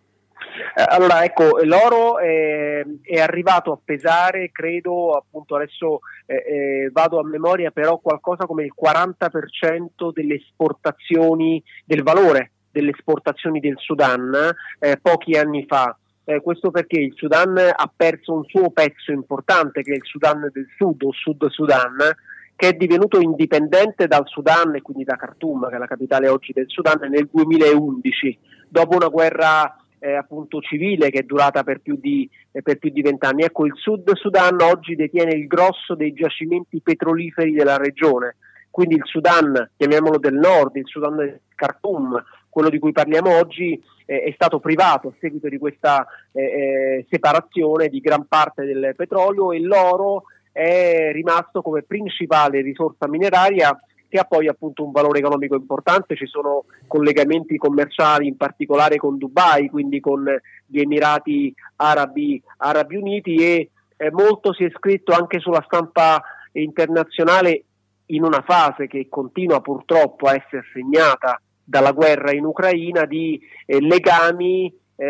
Eh, allora ecco, l'oro è, è arrivato a pesare, credo, appunto adesso eh, eh, vado a memoria, però qualcosa come il quaranta per cento delle esportazioni, del valore delle esportazioni del Sudan eh, pochi anni fa. Eh, questo perché il Sudan ha perso un suo pezzo importante, che è il Sudan del Sud o Sud Sudan, che è divenuto indipendente dal Sudan e quindi da Khartoum, che è la capitale oggi del Sudan, nel duemilaundici, dopo una guerra eh, appunto civile che è durata per più di eh, per più di vent'anni. Ecco, il Sud Sudan oggi detiene il grosso dei giacimenti petroliferi della regione. Quindi il Sudan, chiamiamolo del nord, il Sudan del Khartoum, quello di cui parliamo oggi, eh, è stato privato a seguito di questa eh, eh, separazione di gran parte del petrolio, e l'oro è rimasto come principale risorsa mineraria, che ha poi appunto un valore economico importante. Ci sono collegamenti commerciali in particolare con Dubai, quindi con gli Emirati Arabi, Arabi Uniti, e eh, molto si è scritto anche sulla stampa internazionale, in una fase che continua purtroppo a essere segnata dalla guerra in Ucraina, di eh, legami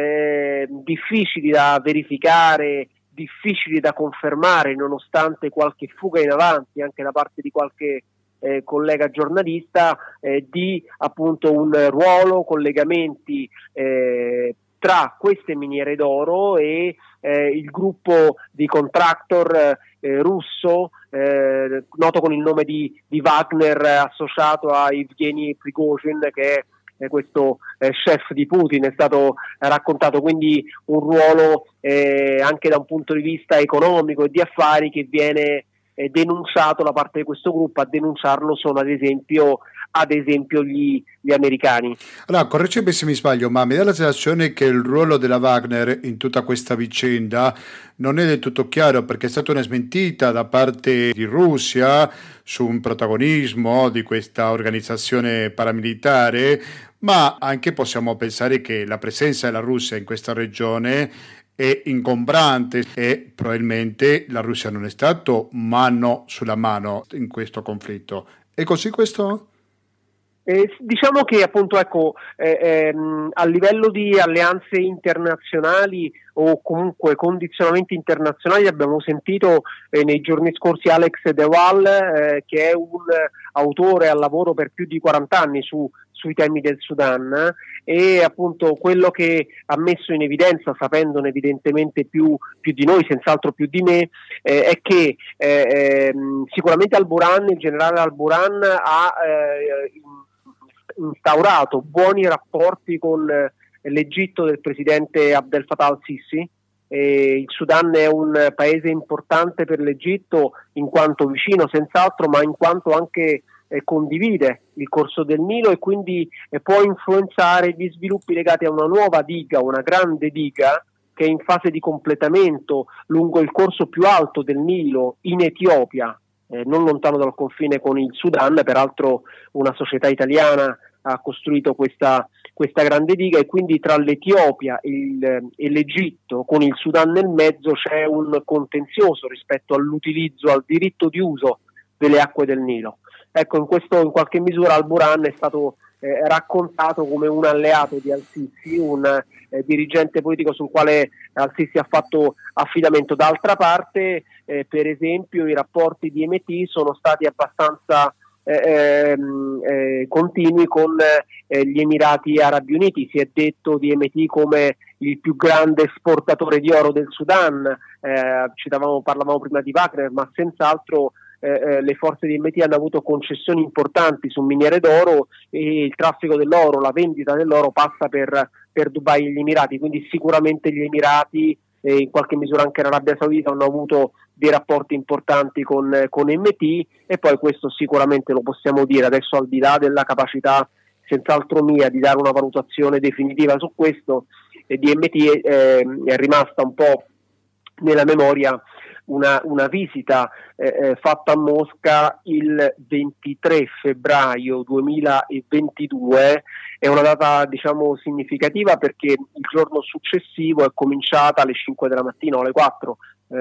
eh, difficili da verificare, difficili da confermare, nonostante qualche fuga in avanti anche da parte di qualche eh, collega giornalista, eh, di appunto un ruolo, collegamenti eh, tra queste miniere d'oro e eh, il gruppo di contractor eh, russo, eh, noto con il nome di, di Wagner, associato a Evgeny Prigozhin, che è eh, questo eh, chef di Putin. È stato eh, raccontato quindi un ruolo eh, anche da un punto di vista economico e di affari che viene eh, denunciato da parte di questo gruppo. A denunciarlo sono ad esempio ad esempio gli, gli americani. Allora, correggimi se mi sbaglio, ma mi dà la sensazione che il ruolo della Wagner in tutta questa vicenda non è del tutto chiaro, perché è stata una smentita da parte di Russia su un protagonismo di questa organizzazione paramilitare, ma anche possiamo pensare che la presenza della Russia in questa regione è ingombrante e probabilmente la Russia non è stato mano sulla mano in questo conflitto. È così questo? Eh, diciamo che appunto ecco eh, ehm, a livello di alleanze internazionali o comunque condizionamenti internazionali abbiamo sentito eh, nei giorni scorsi Alex De Waal, eh, che è un autore al lavoro per più di quaranta anni su, sui temi del Sudan, eh, e appunto quello che ha messo in evidenza, sapendone evidentemente più, più di noi, senz'altro più di me, eh, è che eh, ehm, sicuramente Al-Burhan, il generale Al-Burhan ha eh, instaurato buoni rapporti con l'Egitto del presidente Abdel Fattah al-Sisi. E il Sudan è un paese importante per l'Egitto in quanto vicino senz'altro, ma in quanto anche eh, condivide il corso del Nilo e quindi eh, può influenzare gli sviluppi legati a una nuova diga, una grande diga che è in fase di completamento lungo il corso più alto del Nilo in Etiopia, eh, non lontano dal confine con il Sudan. Peraltro una società italiana ha costruito questa, questa grande diga, e quindi tra l'Etiopia e, il, e l'Egitto, con il Sudan nel mezzo, c'è un contenzioso rispetto all'utilizzo, al diritto di uso delle acque del Nilo. Ecco, in questo in qualche misura Al-Burhan è stato eh, raccontato come un alleato di Al-Sisi, un eh, dirigente politico sul quale Al-Sisi ha fatto affidamento. D'altra parte, eh, per esempio, i rapporti di M T sono stati abbastanza Eh, eh, continui con eh, gli Emirati Arabi Uniti. Si è detto di M T come il più grande esportatore di oro del Sudan, eh, citavamo, parlavamo prima di Wagner, ma senz'altro eh, eh, le forze di M T hanno avuto concessioni importanti su miniere d'oro, e il traffico dell'oro, la vendita dell'oro passa per, per Dubai e gli Emirati, quindi sicuramente gli Emirati e in qualche misura anche l'Arabia Saudita hanno avuto dei rapporti importanti con, con M T, e poi questo sicuramente lo possiamo dire adesso, al di là della capacità senz'altro mia di dare una valutazione definitiva su questo, e di M T eh, è rimasta un po' nella memoria una, una visita eh, fatta a Mosca il ventitré febbraio duemilaventidue. È una data, diciamo, significativa perché il giorno successivo è cominciata alle cinque della mattina o alle quattro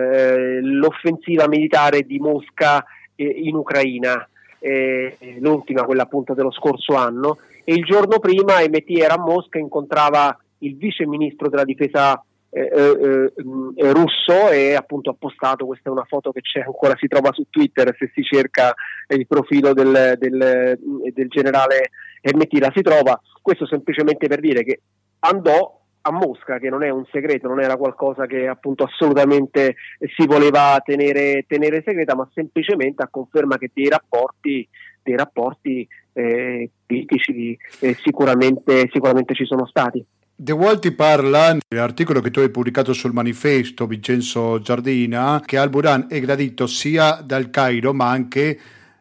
eh, l'offensiva militare di Mosca eh, in Ucraina, eh, l'ultima, quella appunto dello scorso anno, e il giorno prima M T era a Mosca, incontrava il vice ministro della difesa Eh, eh, eh, russo, e appunto ha postato, questa è una foto che c'è ancora, si trova su Twitter, se si cerca il profilo del, del, del generale M T la si trova. Questo semplicemente per dire che andò a Mosca, che non è un segreto, non era qualcosa che appunto assolutamente si voleva tenere, tenere segreta, ma semplicemente a conferma che dei rapporti dei rapporti eh, critici eh, sicuramente, sicuramente ci sono stati. The Wall ti parla, nell'articolo che tu hai pubblicato sul manifesto, Vincenzo Giardina, che Al-Burhan è gradito sia dal Cairo ma anche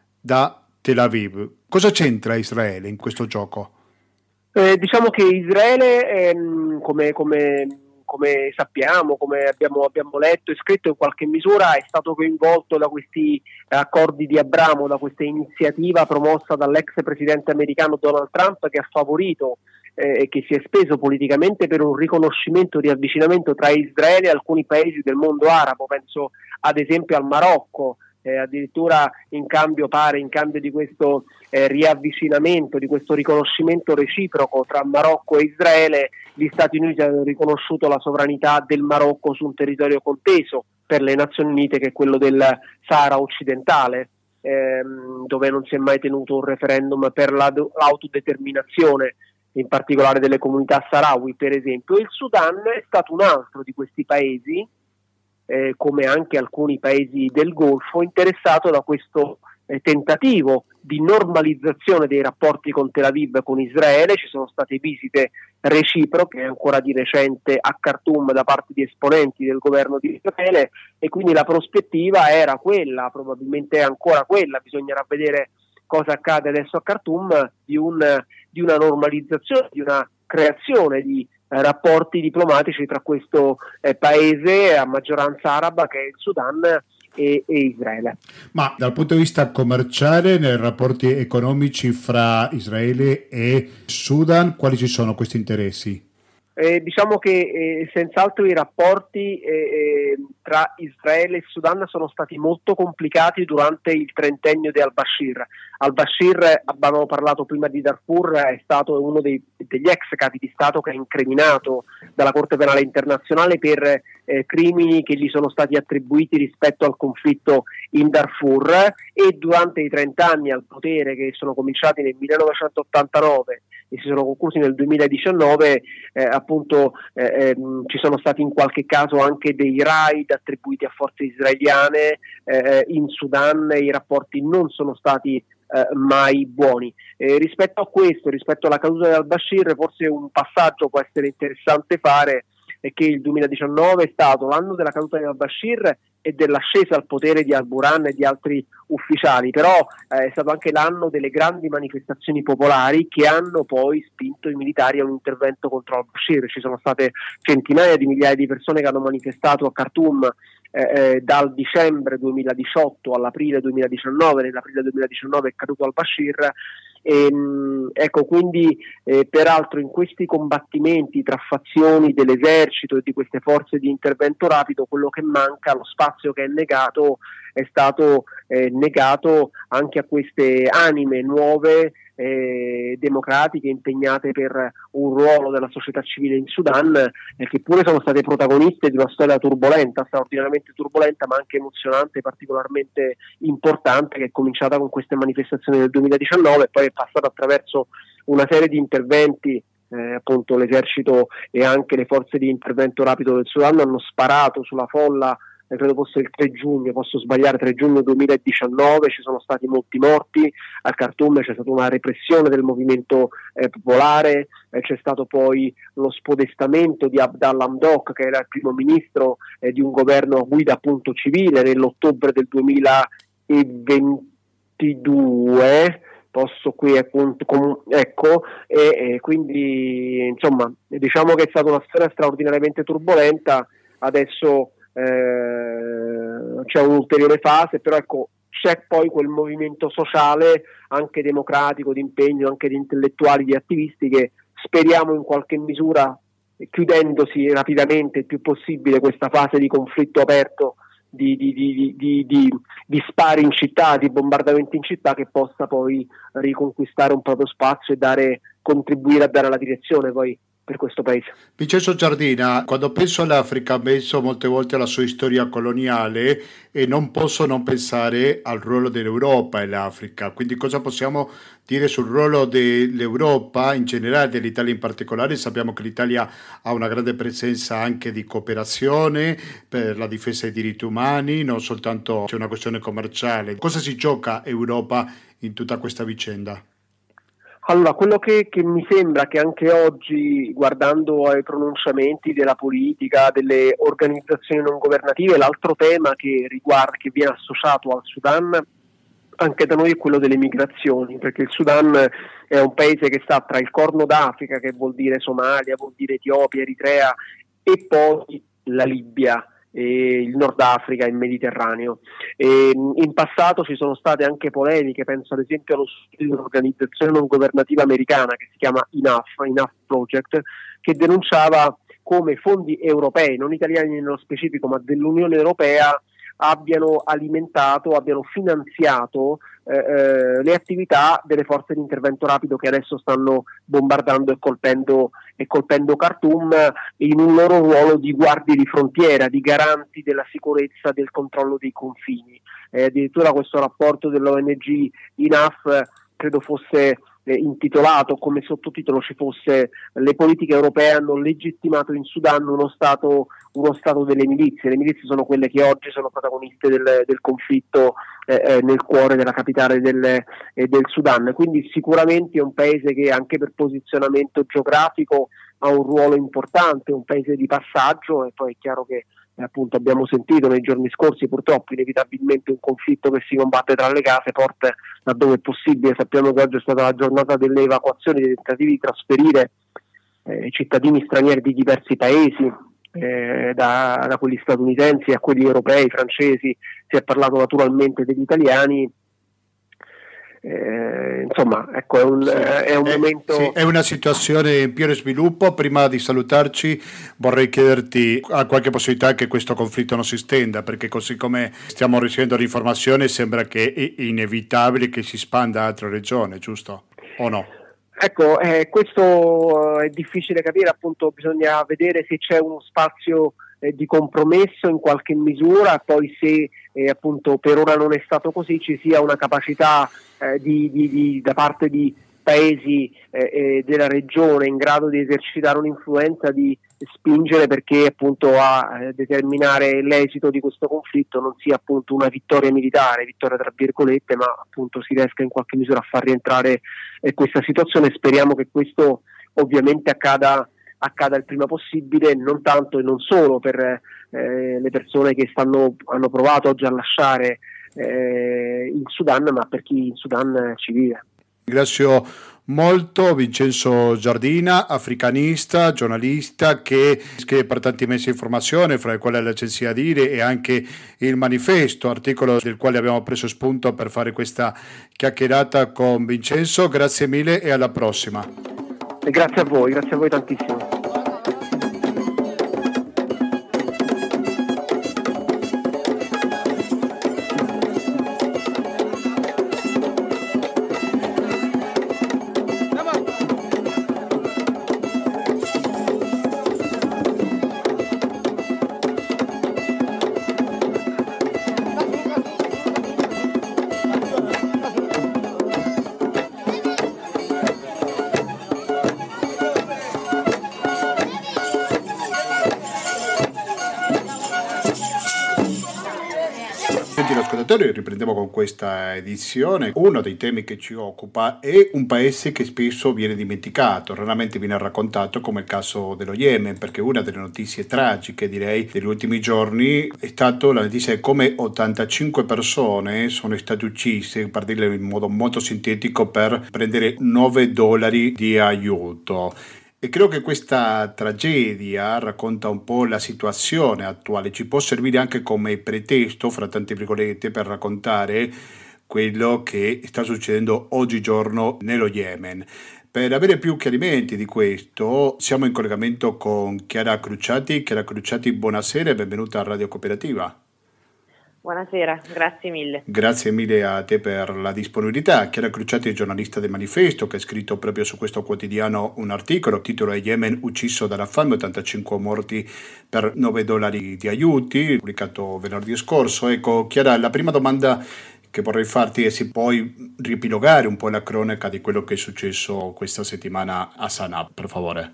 da Tel Aviv. Cosa c'entra Israele in questo gioco? Eh, diciamo che Israele, ehm, come, come, come sappiamo, come abbiamo, abbiamo letto e scritto, in qualche misura è stato coinvolto da questi accordi di Abramo, da questa iniziativa promossa dall'ex presidente americano Donald Trump, che ha favorito e eh, che si è speso politicamente per un riconoscimento e riavvicinamento tra Israele e alcuni paesi del mondo arabo. Penso ad esempio al Marocco, eh, addirittura in cambio pare in cambio di questo eh, riavvicinamento, di questo riconoscimento reciproco tra Marocco e Israele, gli Stati Uniti hanno riconosciuto la sovranità del Marocco su un territorio conteso per le Nazioni Unite, che è quello del Sahara occidentale, ehm, dove non si è mai tenuto un referendum per la, l'autodeterminazione, in particolare delle comunità sahrawi, per esempio. Il Sudan è stato un altro di questi paesi, eh, come anche alcuni paesi del Golfo, interessato da questo eh, tentativo di normalizzazione dei rapporti con Tel Aviv, con Israele. Ci sono state visite reciproche ancora di recente a Khartoum da parte di esponenti del governo di Israele, e quindi la prospettiva era quella, probabilmente è ancora quella, bisognerà vedere cosa accade adesso a Khartoum, di, un, di una normalizzazione, di una creazione di eh, rapporti diplomatici tra questo eh, paese a maggioranza araba, che è il Sudan, e, e Israele. Ma dal punto di vista commerciale, nei rapporti economici fra Israele e Sudan, quali ci sono questi interessi? Eh, diciamo che eh, senz'altro i rapporti eh, eh, tra Israele e Sudan sono stati molto complicati durante il trentennio di al-Bashir. Al-Bashir, abbiamo parlato prima di Darfur, è stato uno dei, degli ex capi di Stato che è incriminato dalla Corte Penale Internazionale per eh, crimini che gli sono stati attribuiti rispetto al conflitto in Darfur, e durante i trent'anni al potere, che sono cominciati nel millenovecentottantanove e si sono conclusi nel duemiladiciannove, eh, appunto eh, ehm, ci sono stati in qualche caso anche dei raid attribuiti a forze israeliane eh, in Sudan, e i rapporti non sono stati eh, mai buoni. Eh, rispetto a questo, rispetto alla caduta di al-Bashir, forse un passaggio può essere interessante fare, è che il duemiladiciannove è stato l'anno della caduta di al-Bashir e dell'ascesa al potere di al-Burhan e di altri ufficiali, però eh, è stato anche l'anno delle grandi manifestazioni popolari che hanno poi spinto i militari a un intervento contro al-Bashir. Ci sono state centinaia di migliaia di persone che hanno manifestato a Khartoum eh, eh, dal dicembre duemiladiciotto all'aprile duemiladiciannove. Nell'aprile duemiladiciannove è caduto al-Bashir. E, ecco, quindi eh, peraltro in questi combattimenti tra fazioni dell'esercito e di queste forze di intervento rapido, quello che manca, lo spazio che è negato, è stato eh, negato anche a queste anime nuove, eh, democratiche, impegnate per un ruolo della società civile in Sudan, eh, che pure sono state protagoniste di una storia turbolenta, straordinariamente turbolenta, ma anche emozionante, particolarmente importante, che è cominciata con queste manifestazioni del duemiladiciannove e poi è passata attraverso una serie di interventi. Eh, appunto l'esercito e anche le forze di intervento rapido del Sudan hanno sparato sulla folla, eh, credo fosse il tre giugno, posso sbagliare, tre giugno duemiladiciannove, ci sono stati molti morti, a Khartoum c'è stata una repressione del movimento eh, popolare, eh, c'è stato poi lo spodestamento di Abdallah Hamdok, che era il primo ministro eh, di un governo a guida appunto civile, nell'ottobre del duemilaventidue. Posso qui appunto com- ecco e, e quindi insomma diciamo che è stata una storia straordinariamente turbolenta. Adesso eh, c'è un'ulteriore fase, però ecco c'è poi quel movimento sociale anche democratico, di impegno anche di intellettuali, di attivisti, che speriamo in qualche misura, chiudendosi rapidamente il più possibile questa fase di conflitto aperto, Di, di, di, di, di, di spari in città, di bombardamenti in città, che possa poi riconquistare un proprio spazio e dare, contribuire a dare la direzione poi per questo paese. Vincenzo Giardina, quando penso all'Africa penso molte volte alla sua storia coloniale e non posso non pensare al ruolo dell'Europa e l'Africa. Quindi cosa possiamo dire sul ruolo dell'Europa in generale, dell'Italia in particolare? Sappiamo che l'Italia ha una grande presenza anche di cooperazione per la difesa dei diritti umani, non soltanto c'è una questione commerciale. Cosa si gioca Europa in tutta questa vicenda? Allora, quello che, che mi sembra che anche oggi, guardando ai pronunciamenti della politica, delle organizzazioni non governative, l'altro tema che riguarda, che viene associato al Sudan anche da noi, è quello delle migrazioni, perché il Sudan è un paese che sta tra il Corno d'Africa, che vuol dire Somalia, vuol dire Etiopia, Eritrea, e poi la Libia, e il Nord Africa e il Mediterraneo. E in passato ci sono state anche polemiche, penso ad esempio allo studio di un'organizzazione non governativa americana che si chiama Enough, Enough Project, che denunciava come fondi europei, non italiani nello specifico, ma dell'Unione Europea, abbiano alimentato, abbiano finanziato eh, eh, le attività delle forze di intervento rapido che adesso stanno bombardando e colpendo, e colpendo Khartoum, in un loro ruolo di guardie di frontiera, di garanti della sicurezza, del controllo dei confini. Eh, addirittura questo rapporto dell'O N G Enough credo fosse eh, intitolato, come sottotitolo ci fosse: le politiche europee hanno legittimato in Sudan uno stato, uno stato delle milizie. Le milizie sono quelle che oggi sono protagoniste del, del conflitto eh, eh, nel cuore della capitale del, eh, del Sudan. Quindi sicuramente è un paese che anche per posizionamento geografico ha un ruolo importante, un paese di passaggio, e poi è chiaro che eh, appunto abbiamo sentito nei giorni scorsi purtroppo inevitabilmente un conflitto che si combatte tra le case, porte laddove è possibile. Sappiamo che oggi è stata la giornata delle evacuazioni, dei tentativi di trasferire eh, cittadini stranieri di diversi paesi, eh, da, da quelli statunitensi a quelli europei, francesi, si è parlato naturalmente degli italiani. Eh, insomma, ecco, è un, sì, è un è, momento. Sì, è una situazione in pieno sviluppo. Prima di salutarci, vorrei chiederti: ha qualche possibilità che questo conflitto non si stenda? Perché così come stiamo ricevendo l'informazione, sembra che è inevitabile che si spanda a altre regioni, giusto? O no? Ecco, eh, questo è difficile capire, appunto bisogna vedere se c'è uno spazio eh, di compromesso in qualche misura, poi se eh, appunto per ora non è stato così, ci sia una capacità eh, di, di, di, da parte di paesi eh, eh, della regione in grado di esercitare un'influenza, di spingere perché appunto a eh, determinare l'esito di questo conflitto non sia appunto una vittoria militare, vittoria tra virgolette, ma appunto si riesca in qualche misura a far rientrare eh, questa situazione. Speriamo che questo ovviamente accada accada il prima possibile, non tanto e non solo per eh, le persone che stanno, hanno provato oggi a lasciare eh, il Sudan, ma per chi in Sudan ci vive. Ringrazio molto Vincenzo Giardina, africanista, giornalista che scrive per tanti mezzi di informazione, fra i quali l'Agenzia Dire e anche il Manifesto, articolo del quale abbiamo preso spunto per fare questa chiacchierata con Vincenzo. Grazie mille e alla prossima. E grazie a voi, grazie a voi tantissimo. Riprendiamo con questa edizione. Uno dei temi che ci occupa è un paese che spesso viene dimenticato, raramente viene raccontato, come il caso dello Yemen, perché una delle notizie tragiche, direi, degli ultimi giorni è stata la notizia di come ottantacinque persone sono state uccise, per dirlo in modo molto sintetico, per prendere nove dollari di aiuto. E credo che questa tragedia racconta un po' la situazione attuale, ci può servire anche come pretesto, fra tante virgolette, per raccontare quello che sta succedendo oggigiorno nello Yemen. Per avere più chiarimenti di questo siamo in collegamento con Chiara Cruciati. Chiara Cruciati, buonasera e benvenuta a Radio Cooperativa. Buonasera, grazie mille. Grazie mille a te per la disponibilità. Chiara Cruciati è giornalista del Manifesto che ha scritto proprio su questo quotidiano un articolo, il titolo è Yemen ucciso dalla fame, ottantacinque morti per nove dollari di aiuti, pubblicato venerdì scorso. Ecco, Chiara, la prima domanda che vorrei farti è se puoi riepilogare un po' la cronaca di quello che è successo questa settimana a Sana'a, per favore.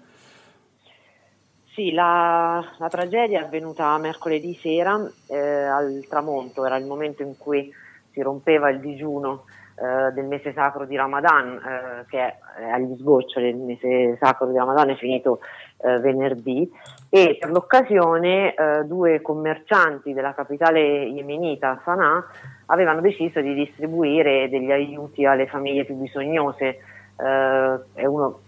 Sì, la, la tragedia è avvenuta mercoledì sera eh, al tramonto, era il momento in cui si rompeva il digiuno eh, del mese sacro di Ramadan, eh, che è agli sgoccioli, il mese sacro di Ramadan è finito eh, venerdì, e per l'occasione eh, due commercianti della capitale yemenita, Sana'a, avevano deciso di distribuire degli aiuti alle famiglie più bisognose. Eh, è uno...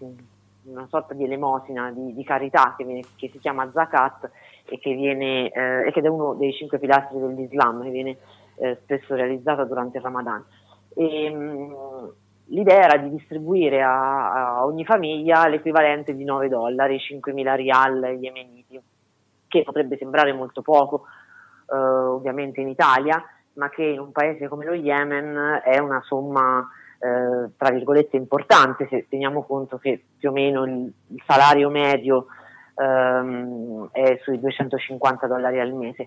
una sorta di elemosina, di, di carità che, viene, che si chiama Zakat e che viene eh, e che è uno dei cinque pilastri dell'Islam, che viene eh, spesso realizzata durante il Ramadan. E, mh, l'idea era di distribuire a, a ogni famiglia l'equivalente di nove dollari, cinquemila rial yemeniti, che potrebbe sembrare molto poco eh, ovviamente in Italia, ma che in un paese come lo Yemen è una somma Eh, tra virgolette importante, se teniamo conto che più o meno il, il salario medio ehm, è sui duecentocinquanta dollari al mese.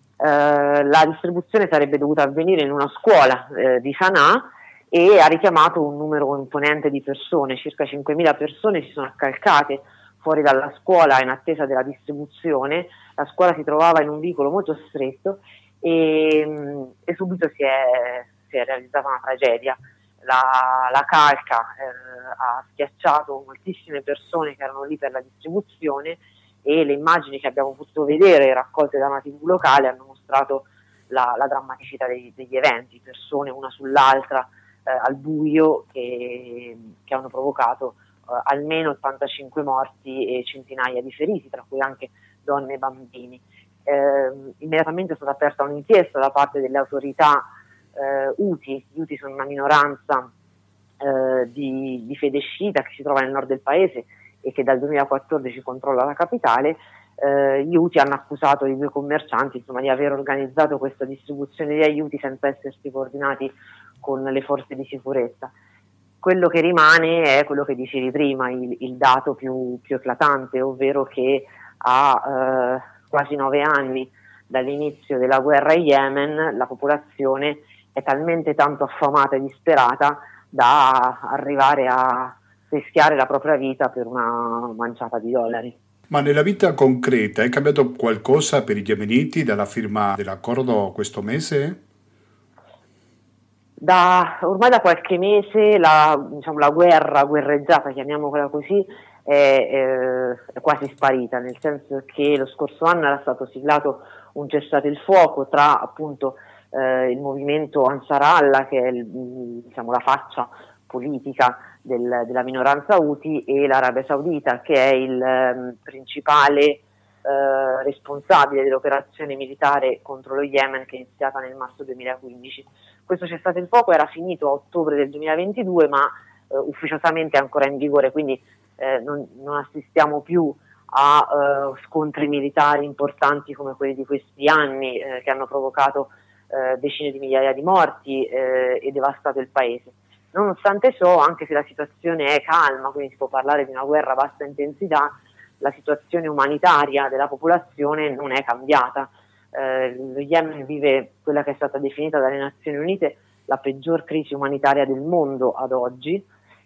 Eh, la distribuzione sarebbe dovuta avvenire in una scuola eh, di Sana'a e ha richiamato un numero imponente di persone, circa cinquemila persone si sono accalcate fuori dalla scuola in attesa della distribuzione. La scuola si trovava in un vicolo molto stretto e, e subito si è, si è realizzata una tragedia. La, la calca eh, ha schiacciato moltissime persone che erano lì per la distribuzione e le immagini che abbiamo potuto vedere raccolte da una tivù locale hanno mostrato la, la drammaticità dei, degli eventi, persone una sull'altra eh, al buio che, che hanno provocato eh, almeno ottantacinque morti e centinaia di feriti, tra cui anche donne e bambini. Eh, immediatamente è stata aperta un'inchiesta da parte delle autorità Uh, Houthi. Gli Houthi sono una minoranza uh, di, di fede sciita che si trova nel nord del paese e che dal duemilaquattordici controlla la capitale. Uh, gli Houthi hanno accusato i due commercianti insomma, di aver organizzato questa distribuzione di aiuti senza essersi coordinati con le forze di sicurezza. Quello che rimane è quello che dicevi prima, il, il dato più, più eclatante, ovvero che a uh, quasi nove anni dall'inizio della guerra in Yemen la popolazione è talmente tanto affamata e disperata da arrivare a rischiare la propria vita per una manciata di dollari. Ma nella vita concreta è cambiato qualcosa per i yemeniti dalla firma dell'accordo questo mese? Da, ormai da qualche mese la, diciamo, la guerra, guerreggiata, chiamiamola così, è, eh, è quasi sparita, nel senso che lo scorso anno era stato siglato un cessate il fuoco tra appunto eh, il movimento Ansar Allah, che è il, diciamo, la faccia politica del, della minoranza Houthi, e l'Arabia Saudita, che è il eh, principale Eh, responsabile dell'operazione militare contro lo Yemen, che è iniziata nel marzo duemilaquindici. Questo cessate il fuoco era finito a ottobre del duemilaventidue, ma eh, ufficiosamente è ancora in vigore, quindi eh, non, non assistiamo più a eh, scontri militari importanti come quelli di questi anni, eh, che hanno provocato eh, decine di migliaia di morti eh, e devastato il paese. Nonostante ciò, anche se la situazione è calma, quindi si può parlare di una guerra a bassa intensità, la situazione umanitaria della popolazione non è cambiata. Eh, lo Yemen vive quella che è stata definita dalle Nazioni Unite la peggior crisi umanitaria del mondo ad oggi,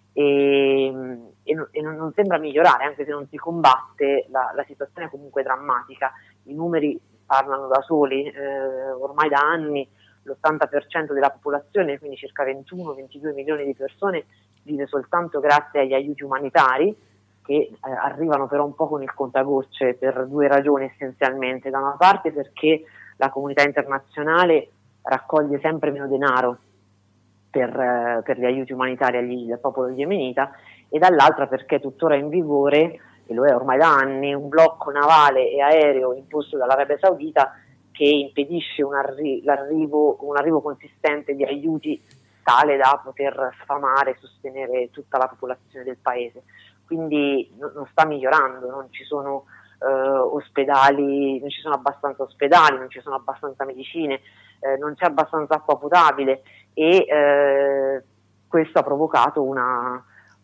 e, e, non, e non sembra migliorare, anche se non si combatte. La, la situazione è comunque drammatica, i numeri parlano da soli, eh, ormai da anni l'ottanta per cento della popolazione, quindi circa ventuno ventidue milioni di persone, vive soltanto grazie agli aiuti umanitari, che eh, arrivano però un po' con il contagocce per due ragioni essenzialmente. Da una parte perché la comunità internazionale raccoglie sempre meno denaro per, eh, per gli aiuti umanitari agli, al popolo yemenita, e dall'altra perché tuttora è in vigore, e lo è ormai da anni, un blocco navale e aereo imposto dall'Arabia Saudita che impedisce un, arri- l'arrivo, un arrivo consistente di aiuti tale da poter sfamare e sostenere tutta la popolazione del paese. Quindi non sta migliorando, non ci sono eh, ospedali, non ci sono abbastanza ospedali, non ci sono abbastanza medicine, eh, non c'è abbastanza acqua potabile, e eh, questo ha provocato una,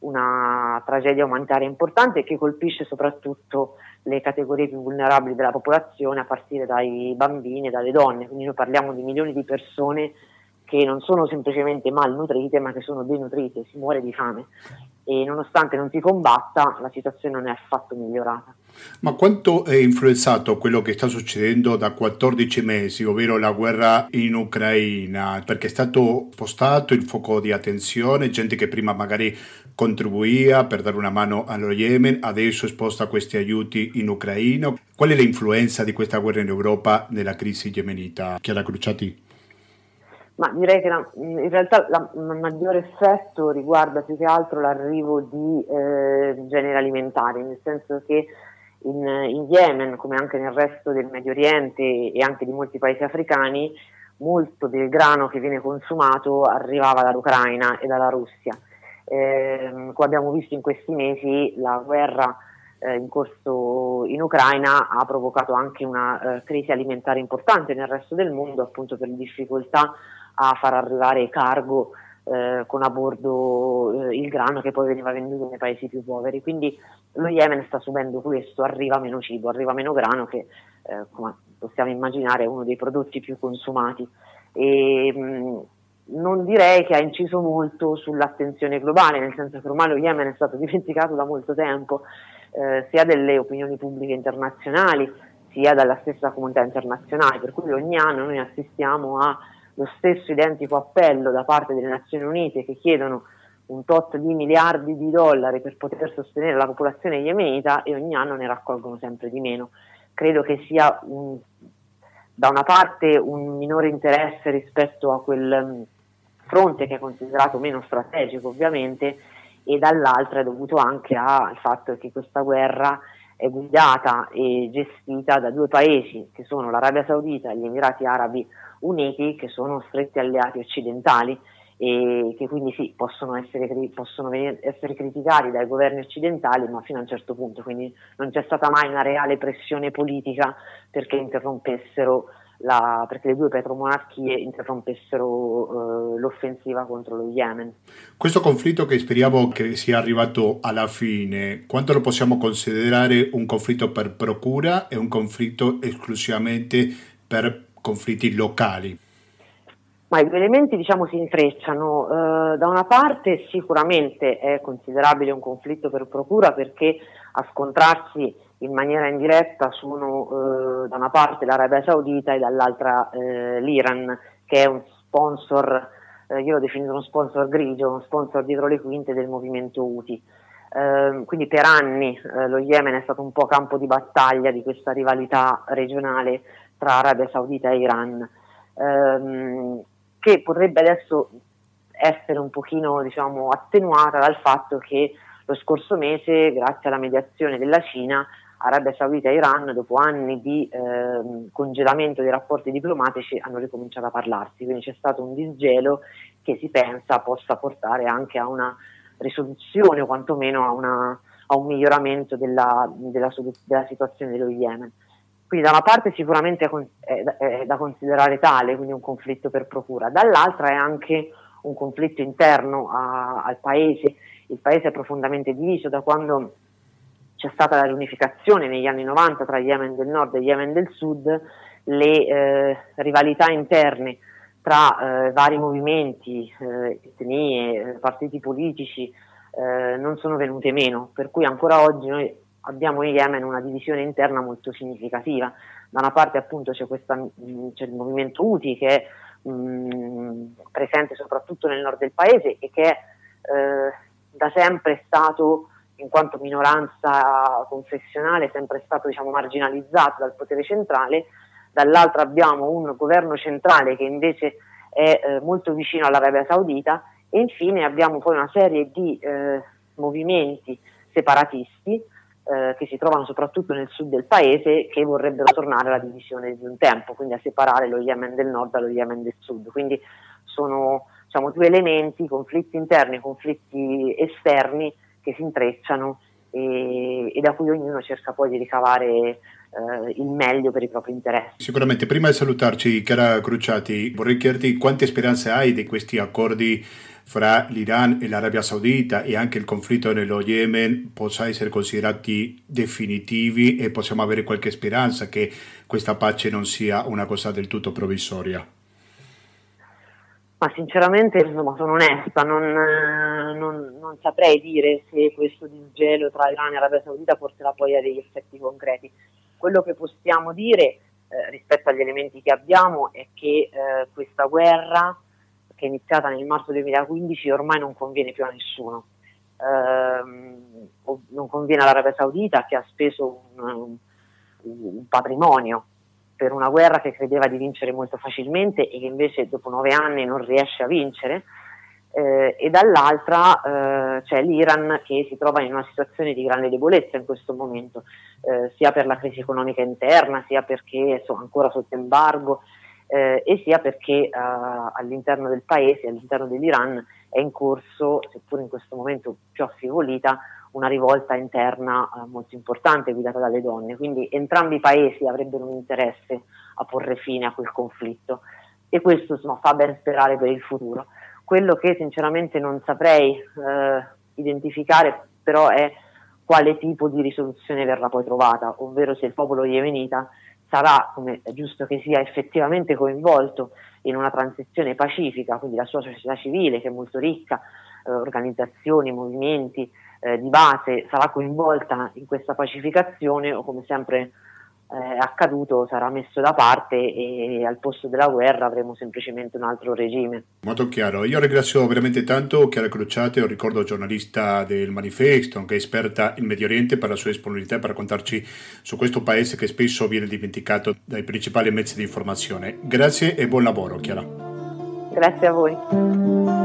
una tragedia umanitaria importante che colpisce soprattutto le categorie più vulnerabili della popolazione, a partire dai bambini e dalle donne. Quindi noi parliamo di milioni di persone che non sono semplicemente malnutrite, ma che sono denutrite, si muore di fame. E nonostante non si combatta, la situazione non è affatto migliorata. Ma quanto è influenzato quello che sta succedendo da quattordici mesi, ovvero la guerra in Ucraina? Perché è stato spostato il fuoco di attenzione, gente che prima magari contribuiva per dare una mano allo Yemen, adesso sposta questi aiuti in Ucraina. Qual è l'influenza di questa guerra in Europa nella crisi yemenita? Chiara Cruciati? Ma direi che la, in realtà la, il maggiore effetto riguarda più che altro l'arrivo di eh, generi alimentari, nel senso che in, in Yemen, come anche nel resto del Medio Oriente e anche di molti paesi africani, molto del grano che viene consumato arrivava dall'Ucraina e dalla Russia. Eh, come abbiamo visto in questi mesi, la guerra eh, in corso in Ucraina ha provocato anche una eh, crisi alimentare importante nel resto del mondo, appunto per difficoltà a far arrivare cargo eh, con a bordo eh, il grano che poi veniva venduto nei paesi più poveri. Quindi lo Yemen sta subendo questo, arriva meno cibo, arriva meno grano, che eh, come possiamo immaginare è uno dei prodotti più consumati. E, mh, non direi che ha inciso molto sull'attenzione globale, nel senso che ormai lo Yemen è stato dimenticato da molto tempo, eh, sia delle opinioni pubbliche internazionali sia dalla stessa comunità internazionale, per cui ogni anno noi assistiamo a lo stesso identico appello da parte delle Nazioni Unite, che chiedono un tot di miliardi di dollari per poter sostenere la popolazione yemenita, e ogni anno ne raccolgono sempre di meno. Credo che sia un, da una parte un minore interesse rispetto a quel fronte che è considerato meno strategico ovviamente, e dall'altra è dovuto anche al fatto che questa guerra è guidata e gestita da due paesi che sono l'Arabia Saudita e gli Emirati Arabi Uniti, che sono stretti alleati occidentali e che quindi sì, possono essere, possono venire, essere criticati dai governi occidentali, ma fino a un certo punto. Quindi non c'è stata mai una reale pressione politica perché interrompessero la, perché le due petromonarchie interrompessero eh, l'offensiva contro lo Yemen. Questo conflitto, che speriamo che sia arrivato alla fine, quanto lo possiamo considerare un conflitto per procura e un conflitto esclusivamente per conflitti locali? Ma i due elementi, diciamo, si intrecciano. Uh, da una parte sicuramente è considerabile un conflitto per procura, perché a scontrarsi in maniera indiretta sono uh, da una parte l'Arabia Saudita e dall'altra uh, l'Iran, che è un sponsor, uh, io l'ho definito uno sponsor grigio, uno sponsor dietro le quinte del movimento Houthi. Eh, quindi per anni eh, lo Yemen è stato un po' campo di battaglia di questa rivalità regionale tra Arabia Saudita e Iran, ehm, che potrebbe adesso essere un pochino, diciamo, attenuata dal fatto che lo scorso mese, grazie alla mediazione della Cina, Arabia Saudita e Iran, dopo anni di eh, congelamento dei rapporti diplomatici, hanno ricominciato a parlarsi, quindi c'è stato un disgelo che si pensa possa portare anche a una risoluzione o quantomeno a, una, a un miglioramento della, della, della situazione dello Yemen. Quindi da una parte sicuramente è, è, è da considerare tale, quindi un conflitto per procura, dall'altra è anche un conflitto interno a, al paese. Il paese è profondamente diviso da quando c'è stata la riunificazione negli anni novanta tra Yemen del Nord e Yemen del Sud. Le eh, rivalità interne tra eh, vari movimenti, eh, etnie, partiti politici eh, non sono venute meno, per cui ancora oggi noi abbiamo in Yemen una divisione interna molto significativa. Da una parte appunto c'è, questa, c'è il movimento Houthi che è mh, presente soprattutto nel nord del paese e che è eh, da sempre stato, in quanto minoranza confessionale, sempre stato, diciamo, marginalizzato dal potere centrale. Dall'altra abbiamo un governo centrale che invece è eh, molto vicino all'Arabia Saudita, e infine abbiamo poi una serie di eh, movimenti separatisti eh, che si trovano soprattutto nel sud del paese, che vorrebbero tornare alla divisione di un tempo, quindi a separare lo Yemen del nord dallo Yemen del sud. Quindi sono, diciamo, due elementi, conflitti interni, conflitti esterni, che si intrecciano e, e da cui ognuno cerca poi di ricavare eh, il meglio per i propri interessi. Sicuramente, prima di salutarci, Chiara Cruciati, vorrei chiederti quante speranze hai di questi accordi fra l'Iran e l'Arabia Saudita, e anche il conflitto nello Yemen possa essere considerati definitivi e possiamo avere qualche speranza che questa pace non sia una cosa del tutto provvisoria. Ma sinceramente, insomma, sono onesta, non, non, non saprei dire se questo disgelo tra Iran e Arabia Saudita porterà poi a degli effetti concreti. Quello che possiamo dire eh, rispetto agli elementi che abbiamo è che eh, questa guerra, che è iniziata nel marzo duemilaquindici, ormai non conviene più a nessuno. Eh, non conviene all'Arabia Saudita, che ha speso un, un patrimonio per una guerra che credeva di vincere molto facilmente e che invece dopo nove anni non riesce a vincere, eh, e dall'altra eh, c'è l'Iran, che si trova in una situazione di grande debolezza in questo momento, eh, sia per la crisi economica interna, sia perché è ancora sotto embargo, eh, e sia perché eh, all'interno del paese, all'interno dell'Iran, è in corso, seppur in questo momento più affievolita, una rivolta interna eh, molto importante guidata dalle donne. Quindi entrambi i paesi avrebbero un interesse a porre fine a quel conflitto, e questo, insomma, fa ben sperare per il futuro. Quello che sinceramente non saprei eh, identificare però è quale tipo di risoluzione verrà poi trovata, ovvero se il popolo yemenita sarà, come è giusto che sia, effettivamente coinvolto in una transizione pacifica, quindi la sua società civile, che è molto ricca, eh, organizzazioni, movimenti eh, di base, sarà coinvolta in questa pacificazione, o come sempre è eh, accaduto sarà messo da parte e al posto della guerra avremo semplicemente un altro regime. Molto chiaro. Io ringrazio veramente tanto Chiara Cruciati, un ricordo giornalista del Manifesto, anche esperta in Medio Oriente, per la sua disponibilità per raccontarci su questo paese che spesso viene dimenticato dai principali mezzi di informazione. Grazie e buon lavoro, Chiara. Grazie a voi.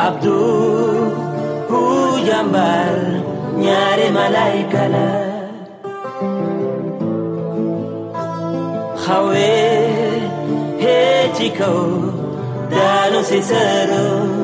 Abdou hu jambar ñaari malaika la Hawe Hechiko Dano Cesaro.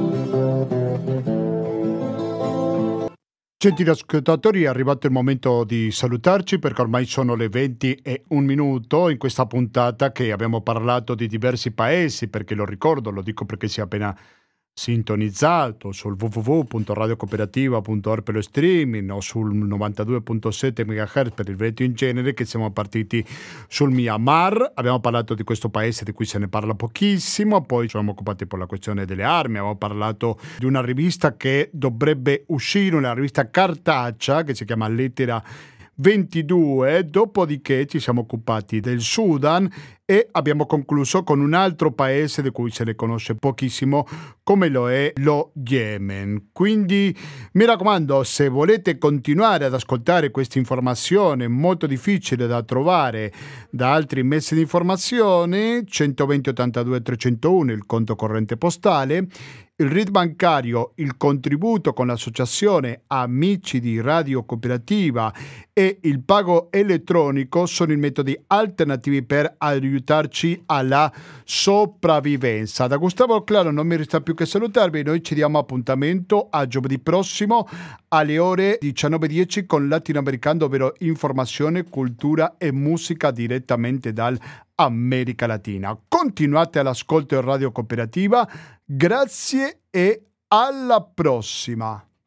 Gentili ascoltatori, è arrivato il momento di salutarci perché ormai sono le venti e un minuto in questa puntata che abbiamo parlato di diversi paesi, perché lo ricordo, lo dico perché si è appena sintonizzato sul w w w punto radio cooperativa punto org per lo streaming o sul novantadue virgola sette megahertz per il Veneto in genere, che siamo partiti sul Myanmar. Abbiamo parlato di questo paese di cui se ne parla pochissimo, poi ci siamo occupati per la questione delle armi, abbiamo parlato di una rivista che dovrebbe uscire, una rivista cartacea che si chiama Lettera ventidue, dopodiché ci siamo occupati del Sudan e abbiamo concluso con un altro paese di cui se ne conosce pochissimo, come lo è lo Yemen. Quindi mi raccomando, se volete continuare ad ascoltare questa informazione molto difficile da trovare da altri mezzi di informazione, centoventi ottantadue trecentouno il conto corrente postale, il R I D bancario, il contributo con l'associazione Amici di Radio Cooperativa e il pago elettronico sono i metodi alternativi per aiutarci alla sopravvivenza. Da Gustavo Claro non mi resta più che salutarvi, noi ci diamo appuntamento a giovedì prossimo alle ore diciannove e dieci con Latinoamericano, ovvero informazione, cultura e musica direttamente dall'America Latina. Continuate all'ascolto di Radio Cooperativa, grazie e alla prossima!